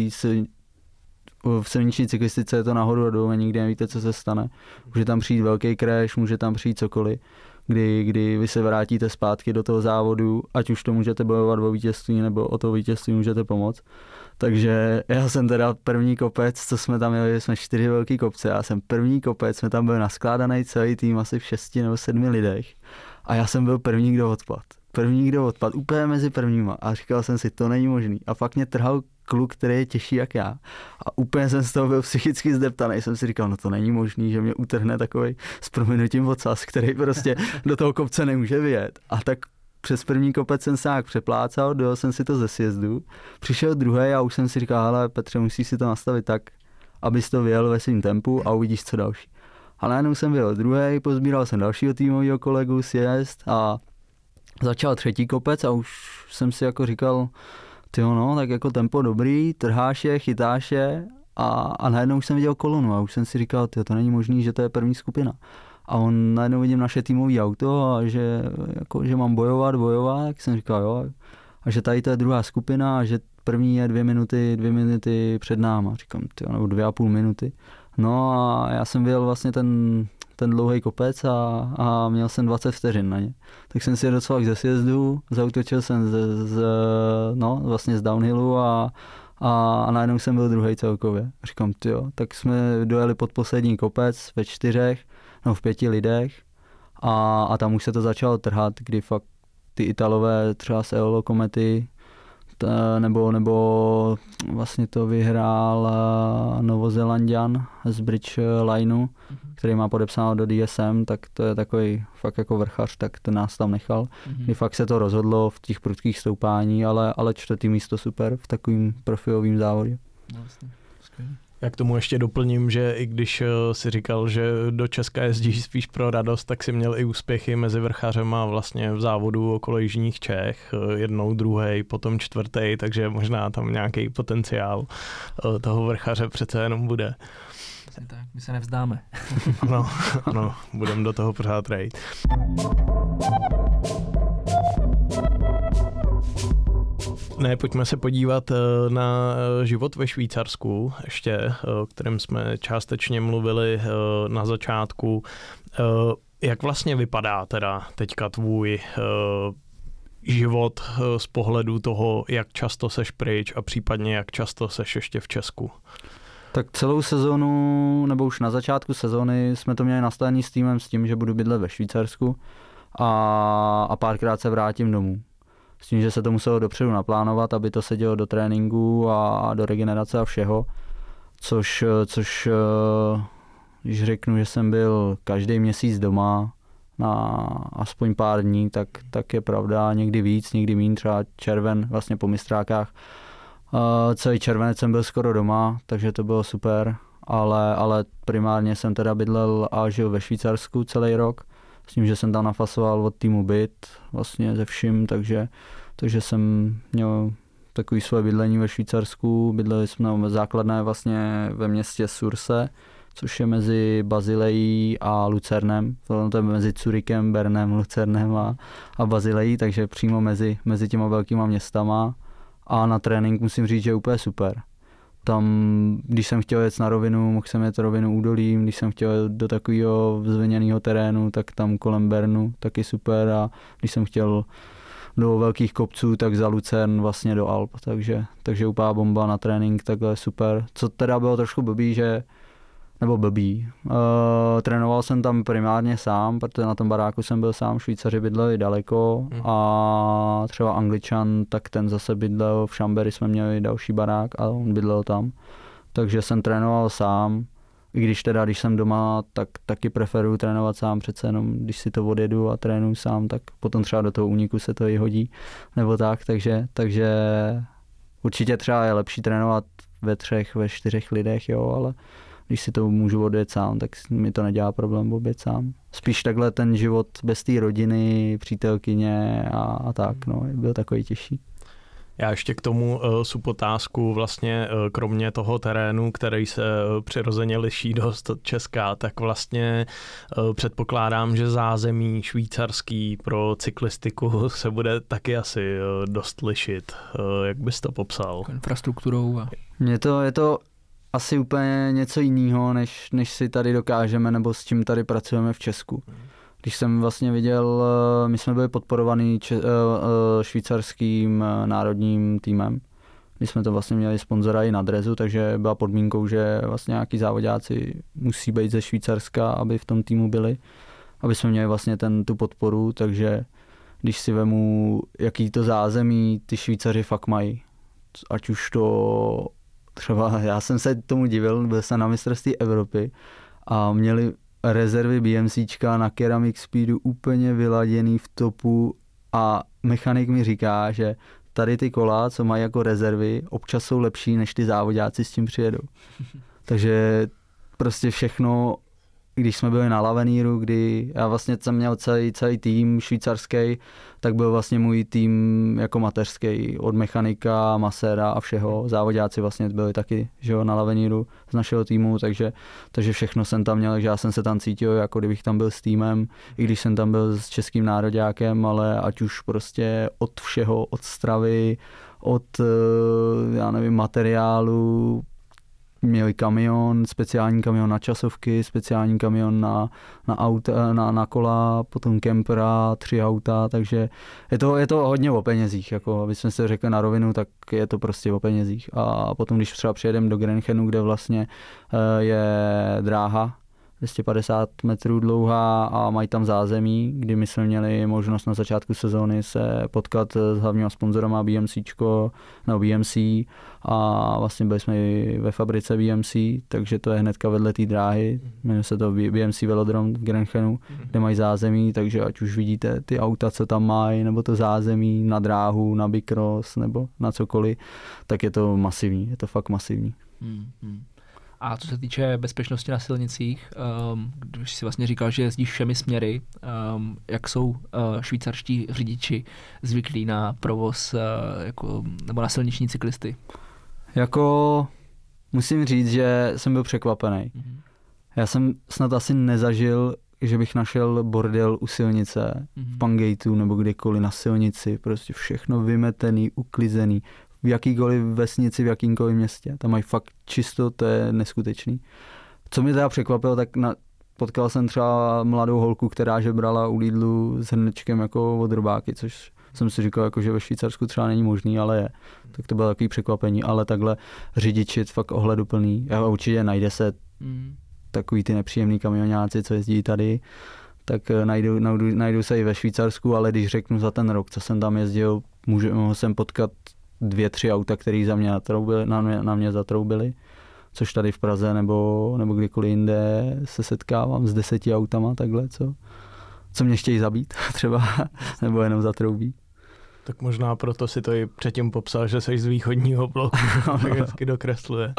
v silniční cyklistice je to nahoru a dolů, nikdy nevíte, co se stane. Může tam přijít velký crash, může tam přijít cokoliv, kdy vy se vrátíte zpátky do toho závodu, ať už to můžete bojovat o vítězství, nebo o to vítězství můžete pomoct. Takže já jsem teda první kopec, co jsme tam měli, jsme 4 velký kopce, já jsem první kopec, jsme tam byli naskládaný celý tým asi v 6 nebo 7 lidech a já jsem byl první, kdo odpad, úplně mezi prvníma a říkal jsem si, to není možný a fakt mě trhal kluk, který je těžší jak já a úplně jsem z toho byl psychicky zdeptaný, jsem si říkal, no to není možný, že mě utrhne takovej s prominutím ocas, který prostě do toho kopce nemůže vyjet a tak přes první kopec jsem se nějak přeplácal, dojel jsem si to ze sjezdu, přišel druhý a už jsem si říkal, hele Petře, musíš si to nastavit tak, abys to vyjel ve svým tempu a uvidíš co další. A najednou jsem vyjel druhý, pozbíral jsem dalšího týmového kolegu sjezd a začal 3. kopec a už jsem si jako říkal, tyjo no, tak jako tempo dobrý, trháš je, chytáš je a najednou už jsem viděl kolonu a už jsem si říkal, tyjo, to není možný, že to je první skupina. A najednou vidím naše týmové auto a že mám bojovat, tak jsem říkal jo. A že tady to je druhá skupina a že první je 2 minuty před náma. Říkám, tyjo, nebo 2,5 minuty. No a já jsem vyjel vlastně ten dlouhý kopec a měl jsem 20 vteřin na ně. Tak jsem si je docela ze sjezdu, zautočil jsem vlastně z downhillu a najednou jsem byl druhý celkově. Říkám, tyjo, tak jsme dojeli pod poslední kopec ve 4, v 5 lidech a tam už se to začalo trhat, kdy fakt ty Italové třeba z Eolo Komety nebo vlastně to vyhrál Novozélanďan z Bridge Lineu, který má podepsáno do DSM, tak to je takový fakt jako vrchař, tak ten nás tam nechal. Kdy fakt se to rozhodlo v těch prudkých stoupání, ale 4. místo super v takovým profilovým závodě. Vlastně, Já k tomu ještě doplním, že i když si říkal, že do Česka jezdíš spíš pro radost, tak si měl i úspěchy mezi vrchařema vlastně v závodu okolo jižních Čech, jednou, druhý, potom 4, takže možná tam nějaký potenciál toho vrchaře přece jenom bude. Tak, my se nevzdáme. Ano, budeme do toho pořád rejt. Pojďme se podívat na život ve Švýcarsku, ještě, o kterém jsme částečně mluvili na začátku. Jak vlastně vypadá teda teďka tvůj život z pohledu toho, jak často seš pryč a případně jak často seš ještě v Česku? Tak celou sezonu, nebo už na začátku sezony jsme to měli nastavený s týmem s tím, že budu bydlet ve Švýcarsku a párkrát se vrátím domů. S tím, že se to muselo dopředu naplánovat, aby to sedělo do tréninku a do regenerace a všeho, což když řeknu, že jsem byl každý měsíc doma na aspoň pár dní, tak je pravda, někdy víc, někdy míň, třeba červen, vlastně po mistrákách. Celý červenec jsem byl skoro doma, takže to bylo super, ale primárně jsem teda bydlel a žil ve Švýcarsku celý rok, s tím, že jsem tam nafasoval od týmu byt, vlastně ze vším, takže jsem měl takový svoje bydlení ve Švýcarsku. Bydleli jsme základné vlastně ve městě Surse, což je mezi Bazilejí a Lucernem. To je mezi Curychem, Bernem, Lucernem a Bazilejí, takže přímo mezi těma velkýma městama. a na trénink musím říct, že je úplně super. Tam, když jsem chtěl jet na rovinu, mohl jsem jet rovinu údolím, když jsem chtěl jet do takového zvlněného terénu, tak tam kolem Bernu taky super a když jsem chtěl do velkých kopců, tak za Lucern vlastně do Alp, takže úplná bomba na trénink, takhle super. Co teda bylo trošku blbý, trénoval jsem tam primárně sám, protože na tom baráku jsem byl sám, Švýcaři bydleli daleko a třeba Angličan, tak ten zase bydlel v Chambéry, jsme měli další barák a on bydlel tam. Takže jsem trénoval sám, i když jsem doma, tak taky preferuju trénovat sám, přece jenom když si to odjedu a trénuju sám, tak potom třeba do toho úniku se to i hodí, nebo tak, takže určitě třeba je lepší trénovat ve 3, ve 4 lidech, jo, ale když si to můžu odjet sám, tak mi to nedělá problém odjet sám. Spíš takhle ten život bez té rodiny, přítelkyně a tak, no, byl takový těžší. Já ještě k tomu subotázku, vlastně kromě toho terénu, který se přirozeně liší dost od Česka, tak vlastně předpokládám, že zázemí švýcarský pro cyklistiku se bude taky asi dost lišit. Jak bys to popsal? Infrastrukturou. Je to asi úplně něco jiného, než si tady dokážeme, nebo s čím tady pracujeme v Česku. Když jsem vlastně viděl, my jsme byli podporovaní švýcarským národním týmem, když jsme to vlastně měli sponzora i na drezu, takže byla podmínkou, že vlastně nějaký závodáci musí být ze Švýcarska, aby v tom týmu byli, aby jsme měli vlastně tu podporu, takže když si vemu, jaký to zázemí ty Švýcaři fakt mají, ať už to třeba, já jsem se tomu divil, byl jsem na mistrovství Evropy a měli rezervy BMCčka na Ceramic Speedu úplně vyladěný v topu a mechanik mi říká, že tady ty kola, co mají jako rezervy, občas jsou lepší, než ty závodáci s tím přijedou. Takže prostě všechno, když jsme byli na Laveníru, kdy já vlastně jsem měl celý tým švýcarský, tak byl vlastně můj tým jako mateřský, od mechanika, maséra a všeho. Závodáci vlastně byli taky, že jo, na Laveníru z našeho týmu, takže všechno jsem tam měl, takže já jsem se tam cítil, jako kdybych tam byl s týmem, i když jsem tam byl s českým nároďákem, ale ať už prostě od všeho, od stravy, od, já nevím, materiálu, měli kamion, speciální kamion na časovky, speciální kamion na auta, na kola, potom kempera, 3 auta, takže je to hodně o penězích, jako aby jsme si řekli na rovinu, tak je to prostě o penězích. A potom, když třeba přijedeme do Grenchenu, kde vlastně je dráha 250 metrů dlouhá a mají tam zázemí, kdy my jsme měli možnost na začátku sezóny se potkat s hlavníma sponzorama BMC a vlastně byli jsme i ve fabrice BMC, takže to je hnedka vedle té dráhy, jmenuje se to BMC Velodrom v Grenchenu, kde mají zázemí, takže ať už vidíte ty auta, co tam mají, nebo to zázemí na dráhu, na bicross, nebo na cokoliv, tak je to masivní, je to fakt masivní. A co se týče bezpečnosti na silnicích, když si vlastně říkal, že jezdíš všemi směry, jak jsou švýcarští řidiči zvyklí na provoz nebo na silniční cyklisty? Jako musím říct, že jsem byl překvapený. Já jsem snad asi nezažil, že bych našel bordel u silnice, v Pangateu nebo kdekoliv na silnici, prostě všechno vymetený, uklizený. V jakýkoliv vesnici, v jakýmkoliv městě. Tam mají fakt čisto, to je neskutečný. Co mě teda překvapilo, tak potkal jsem třeba mladou holku, která žebrala u Lidlu s hrnečkem jako od robáky, což jsem si říkal, jako, že ve Švýcarsku třeba není možný, ale je. Tak to bylo takový překvapení, ale takhle řidiči fakt ohleduplný. A určitě najde se takový ty nepříjemný kamionáci, co jezdí tady, tak najdou se i ve Švýcarsku, ale když řeknu za ten rok, co jsem tam jezdil, mohl jsem potkat 2-3 auta, které na mě zatroubili, což tady v Praze nebo kdykoliv jinde se setkávám s 10 autama takhle, co mě chtějí zabít třeba, nebo jenom zatroubí. Tak možná proto si to i předtím popsal, že jsi z východního bloku, tak hezky dokresluje.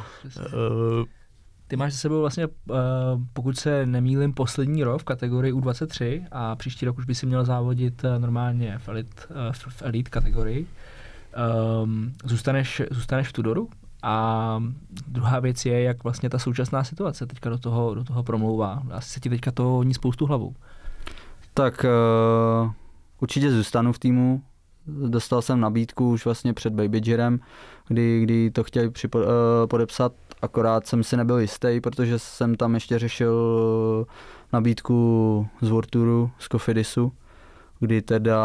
Ty máš za sebou vlastně, pokud se nemýlím, poslední rok v kategorii U23 a příští rok už by si měl závodit normálně v elite kategorii. Zůstaneš v Tudoru a druhá věc je, jak vlastně ta současná situace teďka do toho promlouvá. Asi se ti teďka to honí spoustu hlavou. Tak určitě zůstanu v týmu. Dostal jsem nabídku už vlastně před Baby Jirem, kdy to chtěli podepsat, akorát jsem si nebyl jistý, protože jsem tam ještě řešil nabídku z World Touru, z Cofidisu, kdy teda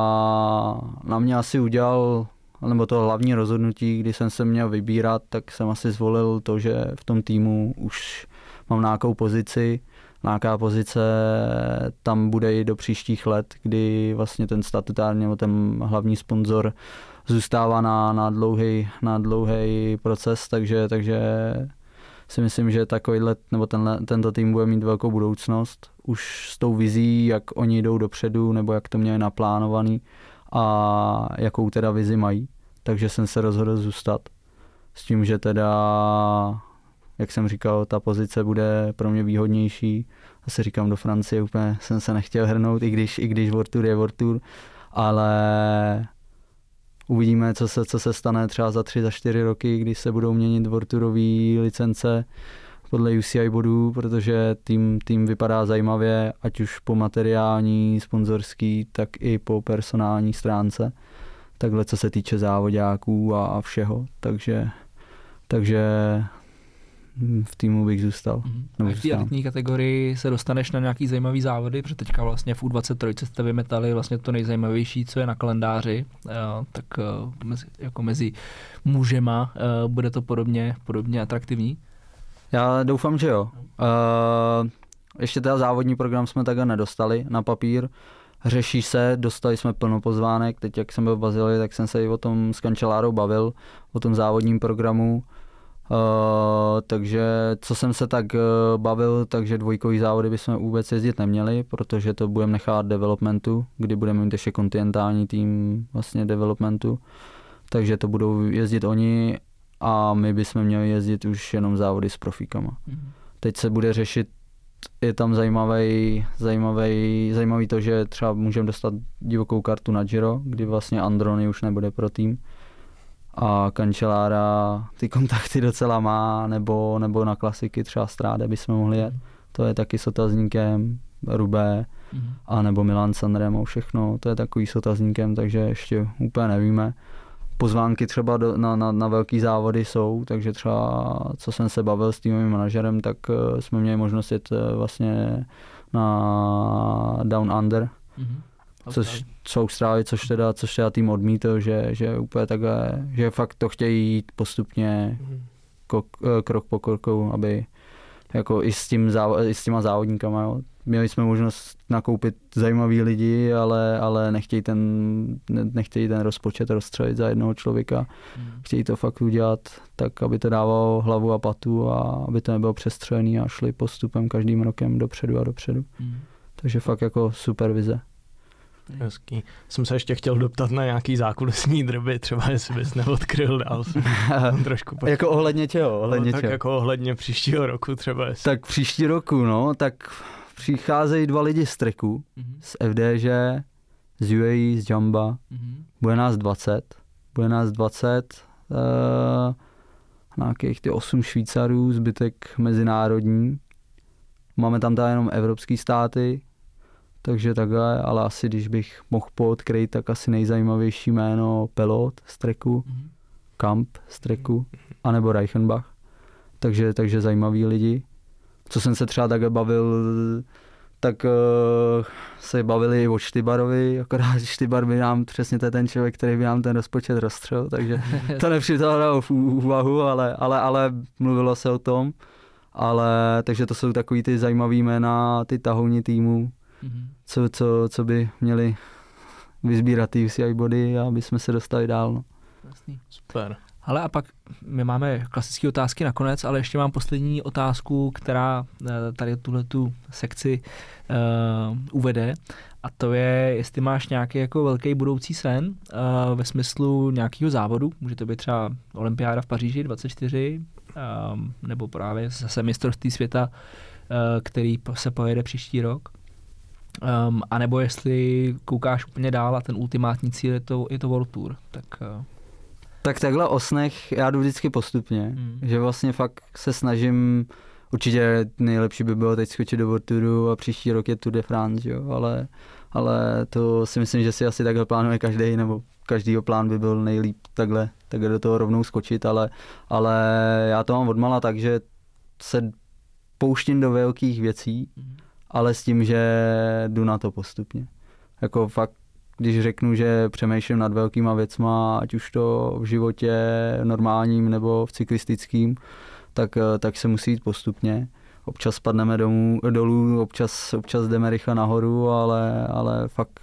na mě asi udělal, nebo to hlavní rozhodnutí, kdy jsem se měl vybírat, tak jsem asi zvolil to, že v tom týmu už mám nějakou pozici. Nějaká pozice tam bude i do příštích let, kdy vlastně ten statutární nebo ten hlavní sponzor zůstává na dlouhý proces, takže si myslím, že takovýhle, nebo tento tým bude mít velkou budoucnost. Už s tou vizí, jak oni jdou dopředu, nebo jak to měli naplánovaný a jakou teda vizi mají. Takže jsem se rozhodl zůstat s tím, že teda, jak jsem říkal, ta pozice bude pro mě výhodnější. Asi říkám, do Francie úplně jsem se nechtěl hrnout, i když World Tour je World Tour, ale uvidíme, co se stane třeba za 3, za 4 roky, když se budou měnit World Tourové licence podle UCI bodů, protože tým vypadá zajímavě, ať už po materiální, sponzorský, tak i po personální stránce. Takhle, co se týče závodáků a všeho, takže v týmu bych zůstal. A v té elitní kategorii se dostaneš na nějaký zajímavý závody, protože teďka vlastně v U23 jste vymetali vlastně to nejzajímavější, co je na kalendáři, tak jako mezi mužema bude to podobně atraktivní? Já doufám, že jo. Ještě teda závodní program jsme takhle nedostali na papír. Řeší se, dostali jsme plno pozvánek, teď jak jsem byl v Bazilii, tak jsem se i o tom s kancelárou bavil, o tom závodním programu. Takže co jsem se tak bavil, takže dvojkový závody bychom vůbec jezdit neměli, protože to budeme nechat developmentu, kdy budeme mít ještě kontinentální tým vlastně developmentu, takže to budou jezdit oni a my bychom měli jezdit už jenom závody s profíkama. Teď se bude řešit, je tam zajímavý to, že třeba můžeme dostat divokou kartu na Giro, kdy vlastně Androni už nebude pro tým. A kancelára ty kontakty docela má, nebo na klasiky třeba Stráde bychom mohli jet. To je taky s otazníkem, Rubé, a nebo Milan Sanremo, všechno, to je takový s otazníkem, takže ještě úplně nevíme. Pozvánky třeba na velký závody jsou, takže třeba, co jsem se bavil s týmovým manažerem, tak jsme měli možnost jet vlastně na Down Under, což Austrálii, což teda tým odmítl, že úplně takhle, že fakt to chtějí jít postupně krok po kroku, aby jako i s těma závodníkama, jo. Měli jsme možnost nakoupit zajímavý lidi, ale nechtějí ten rozpočet rozstřelit za jednoho člověka. Chtějí to fakt udělat tak, aby to dávalo hlavu a patu a aby to nebylo přestřelený a šli postupem každým rokem dopředu a dopředu. Takže fakt jako super vize. Hezký. Jsem se ještě chtěl doptat na nějaký zákulisní drby, třeba jestli bys neodkryl dál. Trošku jako ohledně čeho? Tak jako ohledně příštího roku třeba. Jestli. Tak příští roku, no, tak přicházejí 2 lidi z Treku, z FDŽ, z UAE, z Jamba. Bude nás 20. Nějakých ty 8 Švýcarů, zbytek mezinárodní. Máme tam teda jenom evropský státy, takže takhle, ale asi když bych mohl poodkryt, tak asi nejzajímavější jméno Pelot z Treku, Kamp z Treku, anebo Reichenbach. Takže zajímaví lidi. Co jsem se třeba takhle bavil, tak se bavili o Štybarovi, akorát Štybar by nám, přesně to je ten člověk, který by nám ten rozpočet rozstřel, takže to nepřipadalo v úvahu, ale mluvilo se o tom. Takže to jsou takový ty zajímavý jména, ty tahouni týmu, co by měli vysbírat ty UCI body, aby jsme se dostali dál. No. Jasný. Super. Ale a pak my máme klasické otázky nakonec, ale ještě mám poslední otázku, která tady tuhletu sekci uvede. A to je, jestli máš nějaký jako velký budoucí sen ve smyslu nějakého závodu. Může to být třeba olympiáda v Paříži 24, nebo právě zase mistrovství světa, který se pojede příští rok. A nebo jestli koukáš úplně dál a ten ultimátní cíl je to World Tour. Tak takhle o snech já jdu vždycky postupně, že vlastně fakt se snažím, určitě nejlepší by bylo teď skočit do World Touru a příští rok je Tour de France, jo, ale to si myslím, že si asi takhle plánuje každý, nebo každýho plán by byl nejlíp takhle do toho rovnou skočit, ale já to mám odmala tak, že se pouštím do velkých věcí, ale s tím, že jdu na to postupně. Jako fakt, když řeknu, že přemýšlím nad velkýma věcma, ať už to v životě normálním nebo v cyklistickým, tak se musí jít postupně. Občas spadneme dolů, občas jdeme rychle nahoru, ale fakt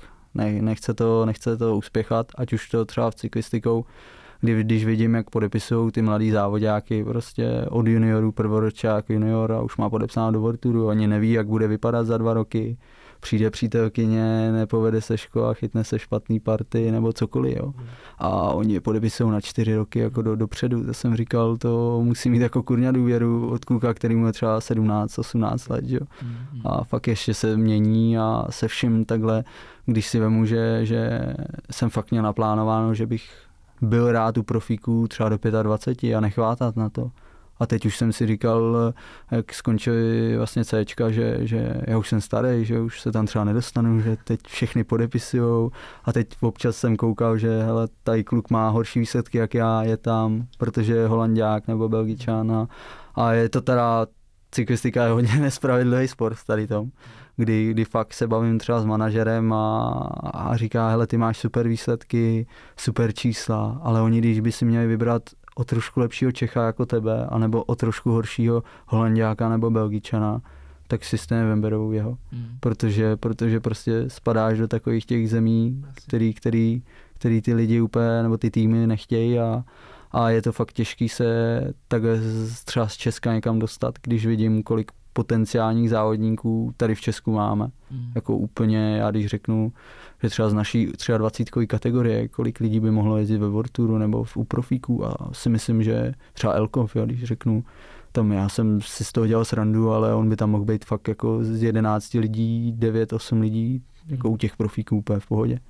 nechce to uspěchat, ať už to třeba v cyklistikou, když vidím, jak podepisují ty mladý závodáky prostě od juniorů, prvoročák, junior a už má podepsáno do World Touru, ani neví, jak bude vypadat za 2 roky. Přijde přítelkyně, nepovede se škola, chytne se špatný party nebo cokoliv, jo. A oni je podepisují na 4 roky jako dopředu. To jsem říkal, to musí mít jako kurňa důvěru od kluka, který mu je třeba 17, 18 let, jo. A fakt ještě se mění a se vším takhle, když si vemu, že jsem fakt měl naplánováno, že bych byl rád u profíků třeba do 25 a nechvátat na to. A teď už jsem si říkal, jak skončili vlastně Cčka, že já už jsem starý, že už se tam třeba nedostanu, že teď všechny podepisujou a teď občas jsem koukal, že hele, tady kluk má horší výsledky, jak já, je tam, protože je Holanďák nebo Belgičan a je to teda, cyklistika je hodně nespravedlivý sport tady tom, kdy fakt se bavím třeba s manažerem a říká, hele, ty máš super výsledky, super čísla, ale oni, když by si měli vybrat o trošku lepšího Čecha jako tebe, anebo o trošku horšího Holanďáka nebo Belgičana, tak si stejně vyberou jeho. Protože prostě spadáš do takových těch zemí, který ty lidi úplně, nebo ty týmy nechtějí a je to fakt těžký se takhle třeba z Česka někam dostat, když vidím, kolik potenciálních závodníků tady v Česku máme. Jako úplně, já když řeknu, že třeba z naší 23 kategorie, kolik lidí by mohlo jezdit ve World Touru nebo u profíků a si myslím, že třeba Elkov, jo, když řeknu, tam já jsem si z toho dělal srandu, ale on by tam mohl být fakt jako z 11 lidí, 9-8 lidí, jako u těch profíků úplně v pohodě.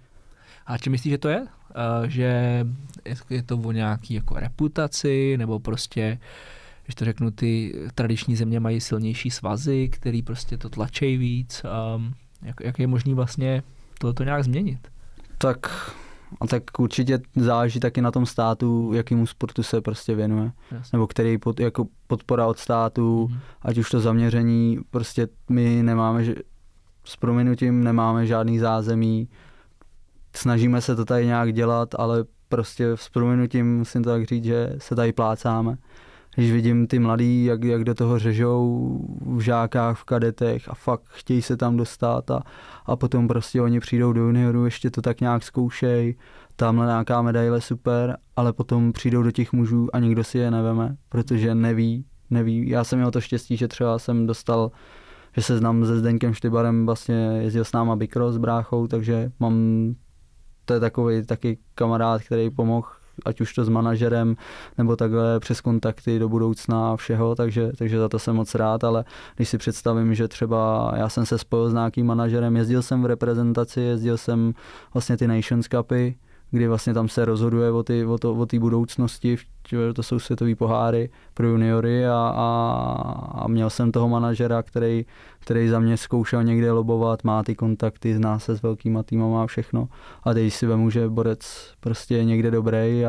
A čím myslíš, že to je? Že je to o nějaký jako reputaci, nebo prostě, když to řeknu, ty tradiční země mají silnější svazy, který prostě to tlačí víc. Jak je možný vlastně to nějak změnit? Tak určitě záleží taky na tom státu, jakému sportu se prostě věnuje. Jasně. Nebo který jako podpora od státu, ať už to zaměření, prostě my nemáme, s prominutím nemáme žádný zázemí, snažíme se to tady nějak dělat, ale prostě s prominutím musím to tak říct, že se tady plácáme. Když vidím ty mladí, jak do toho řežou v žákách, v kadetech a fakt chtějí se tam dostat a potom prostě oni přijdou do junioru, ještě to tak nějak zkoušej, tamhle nějaká medaile super, ale potom přijdou do těch mužů a nikdo si je neveme, protože neví. Já jsem měl to štěstí, že třeba jsem dostal, že se znám se Zdeňkem Štybarem, vlastně jezdil s náma bikros s bráchou, takže to je takový taky kamarád, který pomohl, ať už to s manažerem, nebo takhle přes kontakty do budoucna a všeho, takže za to jsem moc rád, ale když si představím, že třeba já jsem se spojil s nějakým manažerem, jezdil jsem v reprezentaci, jezdil jsem vlastně ty Nations Cupy, kdy vlastně tam se rozhoduje o té budoucnosti, to jsou světový poháry pro juniory a měl jsem toho manažera, který za mě zkoušel někde lobovat, má ty kontakty, zná se s velkýma týmama a všechno. A teď si vemu, že borec prostě je někde dobrý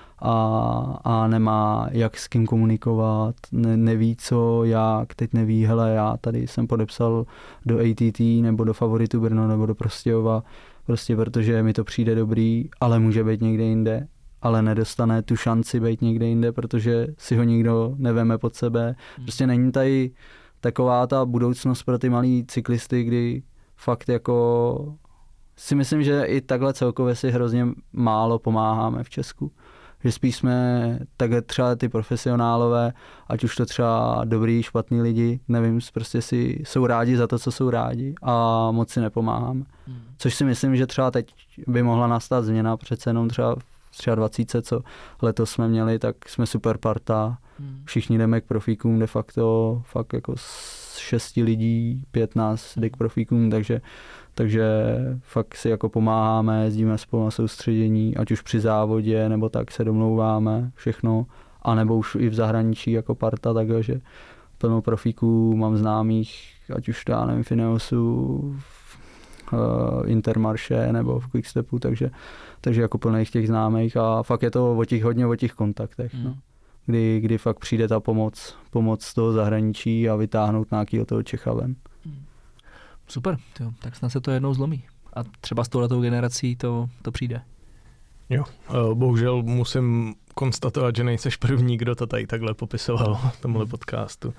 a nemá jak s kým komunikovat, neví co, jak, teď neví, hele, já tady jsem podepsal do ATT nebo do Favoritu Brno nebo do Prostějova, prostě protože mi to přijde dobrý, ale může být někde jinde, ale nedostane tu šanci být někde jinde, protože si ho nikdo neveme pod sebe. Prostě není tady taková ta budoucnost pro ty malý cyklisty, kdy fakt jako si myslím, že i takhle celkově si hrozně málo pomáháme v Česku. Že spíš jsme takhle třeba ty profesionálové, ať už to třeba dobrý, špatný lidi, nevím, prostě jsou rádi za to, co jsou rádi a moc si nepomáháme. Což si myslím, že třeba teď by mohla nastat změna, přece jenom třeba v 23, co letos jsme měli, tak jsme super parta, všichni jdeme k profíkům de facto, fakt jako z 6 lidí, 15 jde k profíkům, takže fakt si jako pomáháme, jezdíme spolu na soustředění, ať už při závodě, nebo tak se domlouváme všechno, anebo už i v zahraničí jako parta, takže plno profíků mám známých, ať už to já nevím, v Ineosu, Intermarché nebo v Quickstepu, takže jako plných těch známých a fakt je to hodně o těch kontaktech. No. Kdy fakt přijde ta pomoc z toho zahraničí a vytáhnout nějakého toho Čecha ven. Super, tak snad se to jednou zlomí. A třeba s touhletou generací to přijde. Jo, bohužel musím konstatovat, že nejseš první, kdo to tady takhle popisoval v tomhle podcastu.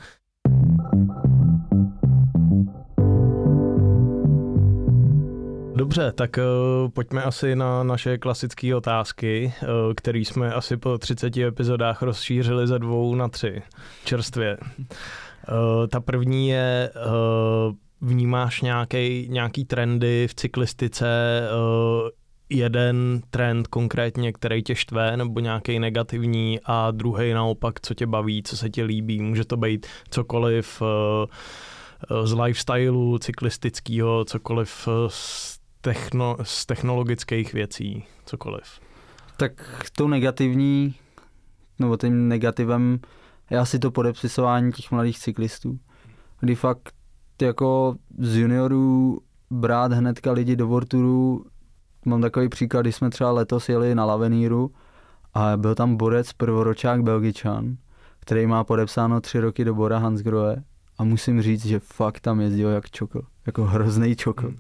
Dobře, tak pojďme asi na naše klasické otázky, které jsme asi po 30 epizodách rozšířili ze 2 na 3 čerstvě. Ta první je, vnímáš nějaký trendy v cyklistice, jeden trend konkrétně, který tě štve, nebo nějaký negativní a druhý naopak, co tě baví, co se ti líbí. Může to být cokoliv z lifestylu cyklistického, cokoliv z technologických věcí, cokoliv. Tak tou negativní, nebo tím negativem je asi to podepisování těch mladých cyklistů. Kdy fakt jako z juniorů brát hnedka lidi do World Touru. Mám takový příklad, když jsme třeba letos jeli na Laveníru a byl tam borec prvoročák Belgičan, který má podepsáno 3 roky do Bora Hansgrohe a musím říct, že fakt tam jezdil jak čokl, jako hrozný čokl.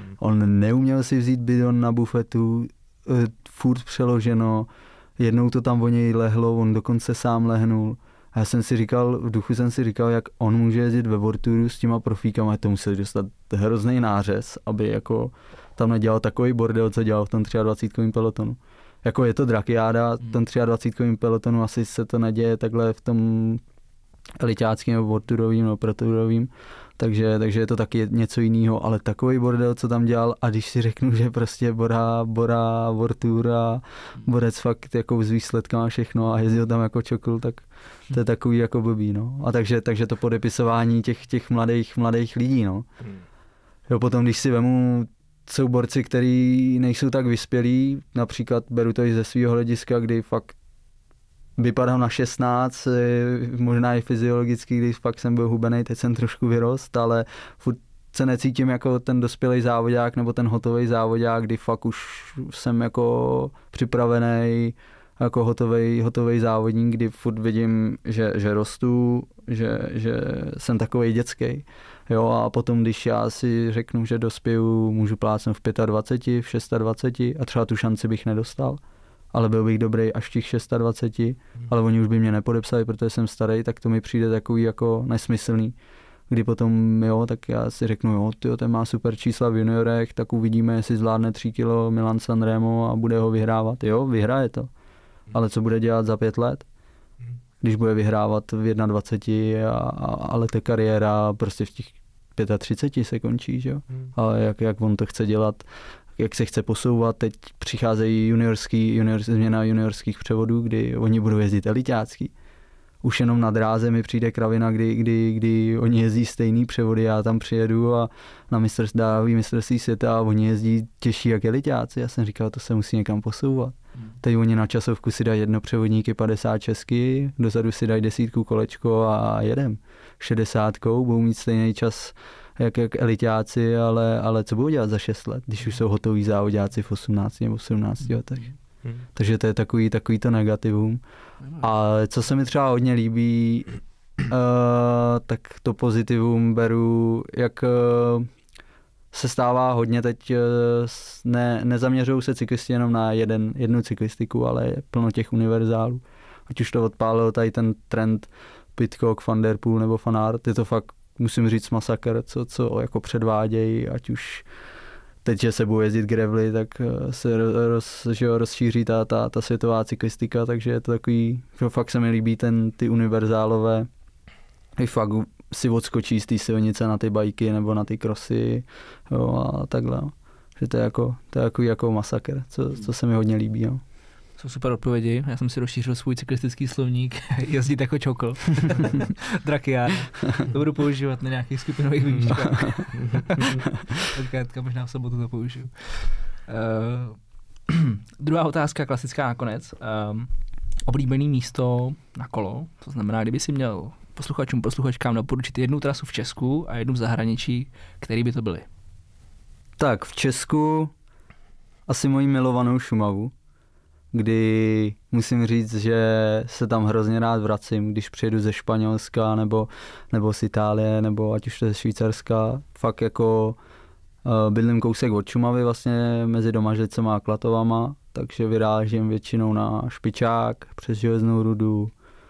On neuměl si vzít bidon na bufetu, furt přeloženo, jednou to tam o něj lehlo, on dokonce sám lehnul. A já jsem si říkal, v duchu jsem si říkal, jak on může jezdit ve World Touru s těma profíkama, to museli dostat hrozný nářez, aby jako tam nedělal takový bordel, co dělal v tom 23kovým pelotonu. Jako je to drakiáda, v tom 23kovým pelotonu asi se to neděje takhle v tom eliťáckým nebo World Tourovým nebo Pro Tourovým, takže je to taky něco jiného, ale takový bordel, co tam dělal, a když si řeknu, že prostě Bora World Tour a borec fakt jako s výsledkama všechno a jezdil tam jako čokl, tak to je takový jako blbý, no. A takže to podepisování těch mladých lidí, no. Jo, potom když si vemu, jsou borci, kteří nejsou tak vyspělí, například beru to i ze svého hlediska, kdy fakt vypadám na 16, možná i fyziologicky, když fakt jsem byl hubený, teď jsem trošku vyrost, ale furt se necítím jako ten dospělý závodák nebo ten hotový závodák, kdy fakt už jsem jako připravený jako hotový závodník, kdy furt vidím, že rostu, že jsem takovej dětský. Jo, a potom, když já si řeknu, že dospěju, můžu plácnout v 25, v 26 a třeba tu šanci bych nedostal, ale byl bych dobrý až v těch 26, ale oni už by mě nepodepsali, protože jsem starý, tak to mi přijde takový jako nesmyslný. Kdy potom, jo, tak já si řeknu, jo, tyjo, ten má super čísla v juniorech, tak uvidíme, jestli zvládne 3 kilo Milan Sanremo a bude ho vyhrávat. Jo, vyhraje to. Ale co bude dělat za 5 let? Když bude vyhrávat v 21, ale ta kariéra prostě v těch 35 se končí, že jo? Ale jak on to chce dělat, jak se chce posouvat, teď přicházejí změna juniorských převodů, kdy oni budou jezdit eliťácký. Už jenom na dráze mi přijde kravina, kdy oni jezdí stejný převody, já tam přijedu a na mistrovství světa a oni jezdí těžší jak eliťáci. Já jsem říkal, to se musí někam posouvat. Teď oni na časovku si dají jednopřevodníky 56, dozadu si dají 10 kolečko a jedem. 60 budou mít stejný čas jak eliťáci, ale co budou dělat za 6 let, když už jsou hotoví závodáci v 18 nebo 17 letech. Takže to je takový to negativum. A co se mi třeba hodně líbí, tak to pozitivum beru, jak se stává hodně teď, nezaměřují se cyklisti jenom na jednu cyklistiku, ale je plno těch univerzálů. Ať už to odpálil tady ten trend Pidcock, Van der Poel nebo Van Aert, je to fakt, musím říct, masakr, co jako předvádějí, ať už teď, že se budou jezdit gravelly, tak se rozšíří ta světová cyklistika, takže je to takový, že fakt se mi líbí ty univerzálové, i fakt si odskočí z té silnice na ty bajky nebo na ty krosy, jo, a takhle. Že to je takový jako masakr, co se mi hodně líbí. Jo. Jsou super odpovědi, já jsem si rozšířil svůj cyklistický slovník, jezdit jako čokl, drakiár, to budu používat na nějakých skupinových výškách. Teďka možná v sobotu to použiju. Druhá otázka, klasická nakonec. Oblíbený místo na kolo, to znamená, kdyby si měl posluchačkám doporučit jednu trasu v Česku a jednu v zahraničí, který by to byly? Tak v Česku asi moji milovanou Šumavu, kdy musím říct, že se tam hrozně rád vracím, když přijedu ze Španělska nebo z Itálie, nebo ať už to ze Švýcarska. Fakt jako bydlím kousek od Šumavy vlastně mezi Domažlicema a Klatovama, takže vyrážím většinou na Špičák, přes Železnou Rudu,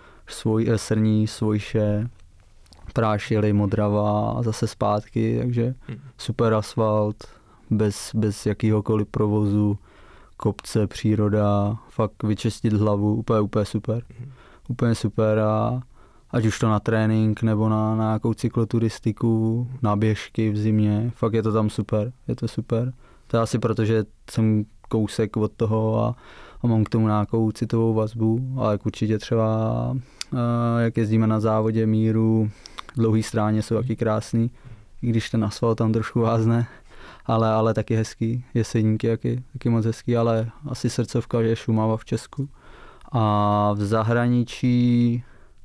Srní, Svojše, Prášily, Modrava a zase zpátky, takže super asfalt, bez jakýhokoliv provozu, kopce, příroda, fakt vyčistit hlavu, úplně super. Úplně super a ať už to na trénink nebo na nějakou cykloturistiku, na běžky v zimě, fakt je to tam super, je to super. To je asi proto, že jsem kousek od toho a mám k tomu nějakou citovou vazbu, ale jak určitě třeba, jak jezdíme na závodě Míru, dlouhý stráně jsou taky krásný, i když ten asfalt tam trošku vázne, ale taky hezký, Jeseníky taky moc hezký, ale asi srdcovka je Šumava v Česku. A v zahraničí,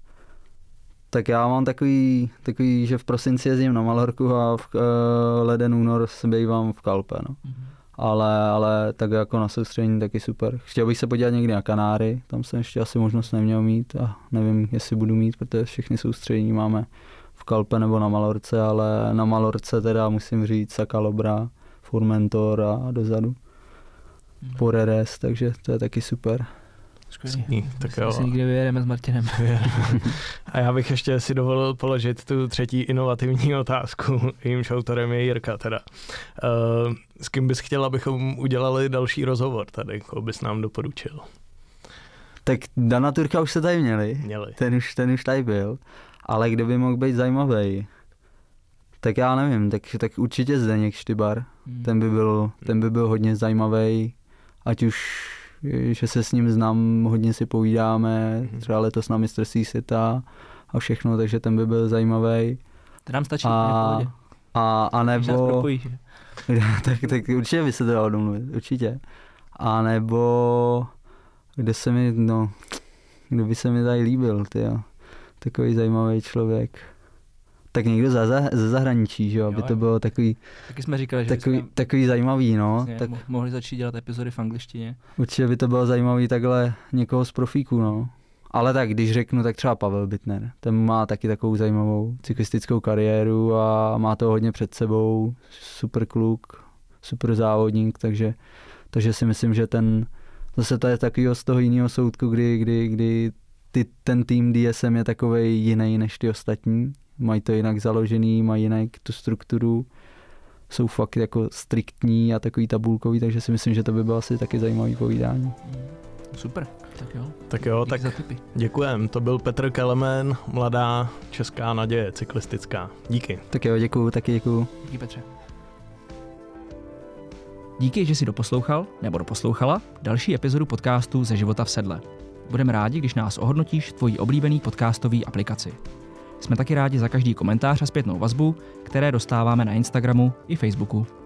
tak já mám takový, že v prosinci jezdím na Malorku a v leden, únor se bývám v Kalpe, no. Ale tak jako na soustředění taky super. Chtěl bych se podívat někdy na Kanáry, tam jsem ještě asi možnost neměl mít a nevím, jestli budu mít, protože všechny soustředění máme v Kalpe nebo na Malorce, ale na Malorce teda musím říct Sakalobra, Formentor a dozadu Poreres, takže to je taky super. Skvělý. Tak jo. Si nikdy vyjedeme s Martinem. A já bych ještě si dovolil položit tu třetí inovativní otázku, jejímž autorem je Jirka teda. S kým bys chtěl, abychom udělali další rozhovor tady, koho bys nám doporučil? Tak Dana Turka už se tady měli. Ten už tady byl, ale kdo by mohl být zajímavý? Tak já nevím, tak určitě Zdeněk Štybar. Ten by byl hodně zajímavý, ať už že se s ním znám, hodně si povídáme, třeba letos na mistrovství světa a všechno, takže ten by byl zajímavý. To nám stačí. A nebo... tak určitě by se to dalo domluvit, určitě. A nebo... Kdo by se mi tady líbil, tyjo. Takový zajímavý člověk. Tak někdo ze zahraničí, že jo, aby to bylo takový... Taky jsme říkali, že takový zajímavý, no. Tak mohli začít dělat epizody v angličtině. Určitě by to bylo zajímavý takhle někoho z profíků, no. Ale tak, když řeknu, tak třeba Pavel Bittner. Ten má taky takovou zajímavou cyklistickou kariéru a má to hodně před sebou. Super kluk, super závodník, takže si myslím, že zase to je takovýho z toho jiného soudku, kdy ten tým DSM je takovej jiný než ty ostatní. Mají to jinak založený, mají jinak tu strukturu, jsou fakt jako striktní a takový tabulkový, takže si myslím, že to by bylo asi taky zajímavý povídání. Super, tak jo. Tak děkujem. To byl Petr Kelemen, mladá česká naděje cyklistická. Díky. Tak jo, děkuju, taky děkuju. Díky, Petře. Díky, že jsi doposlouchal nebo doposlouchala další epizodu podcastu Ze života v sedle. Budeme rádi, když nás ohodnotíš v tvojí oblíbený podcastový aplikaci. Jsme taky rádi za každý komentář a zpětnou vazbu, které dostáváme na Instagramu i Facebooku.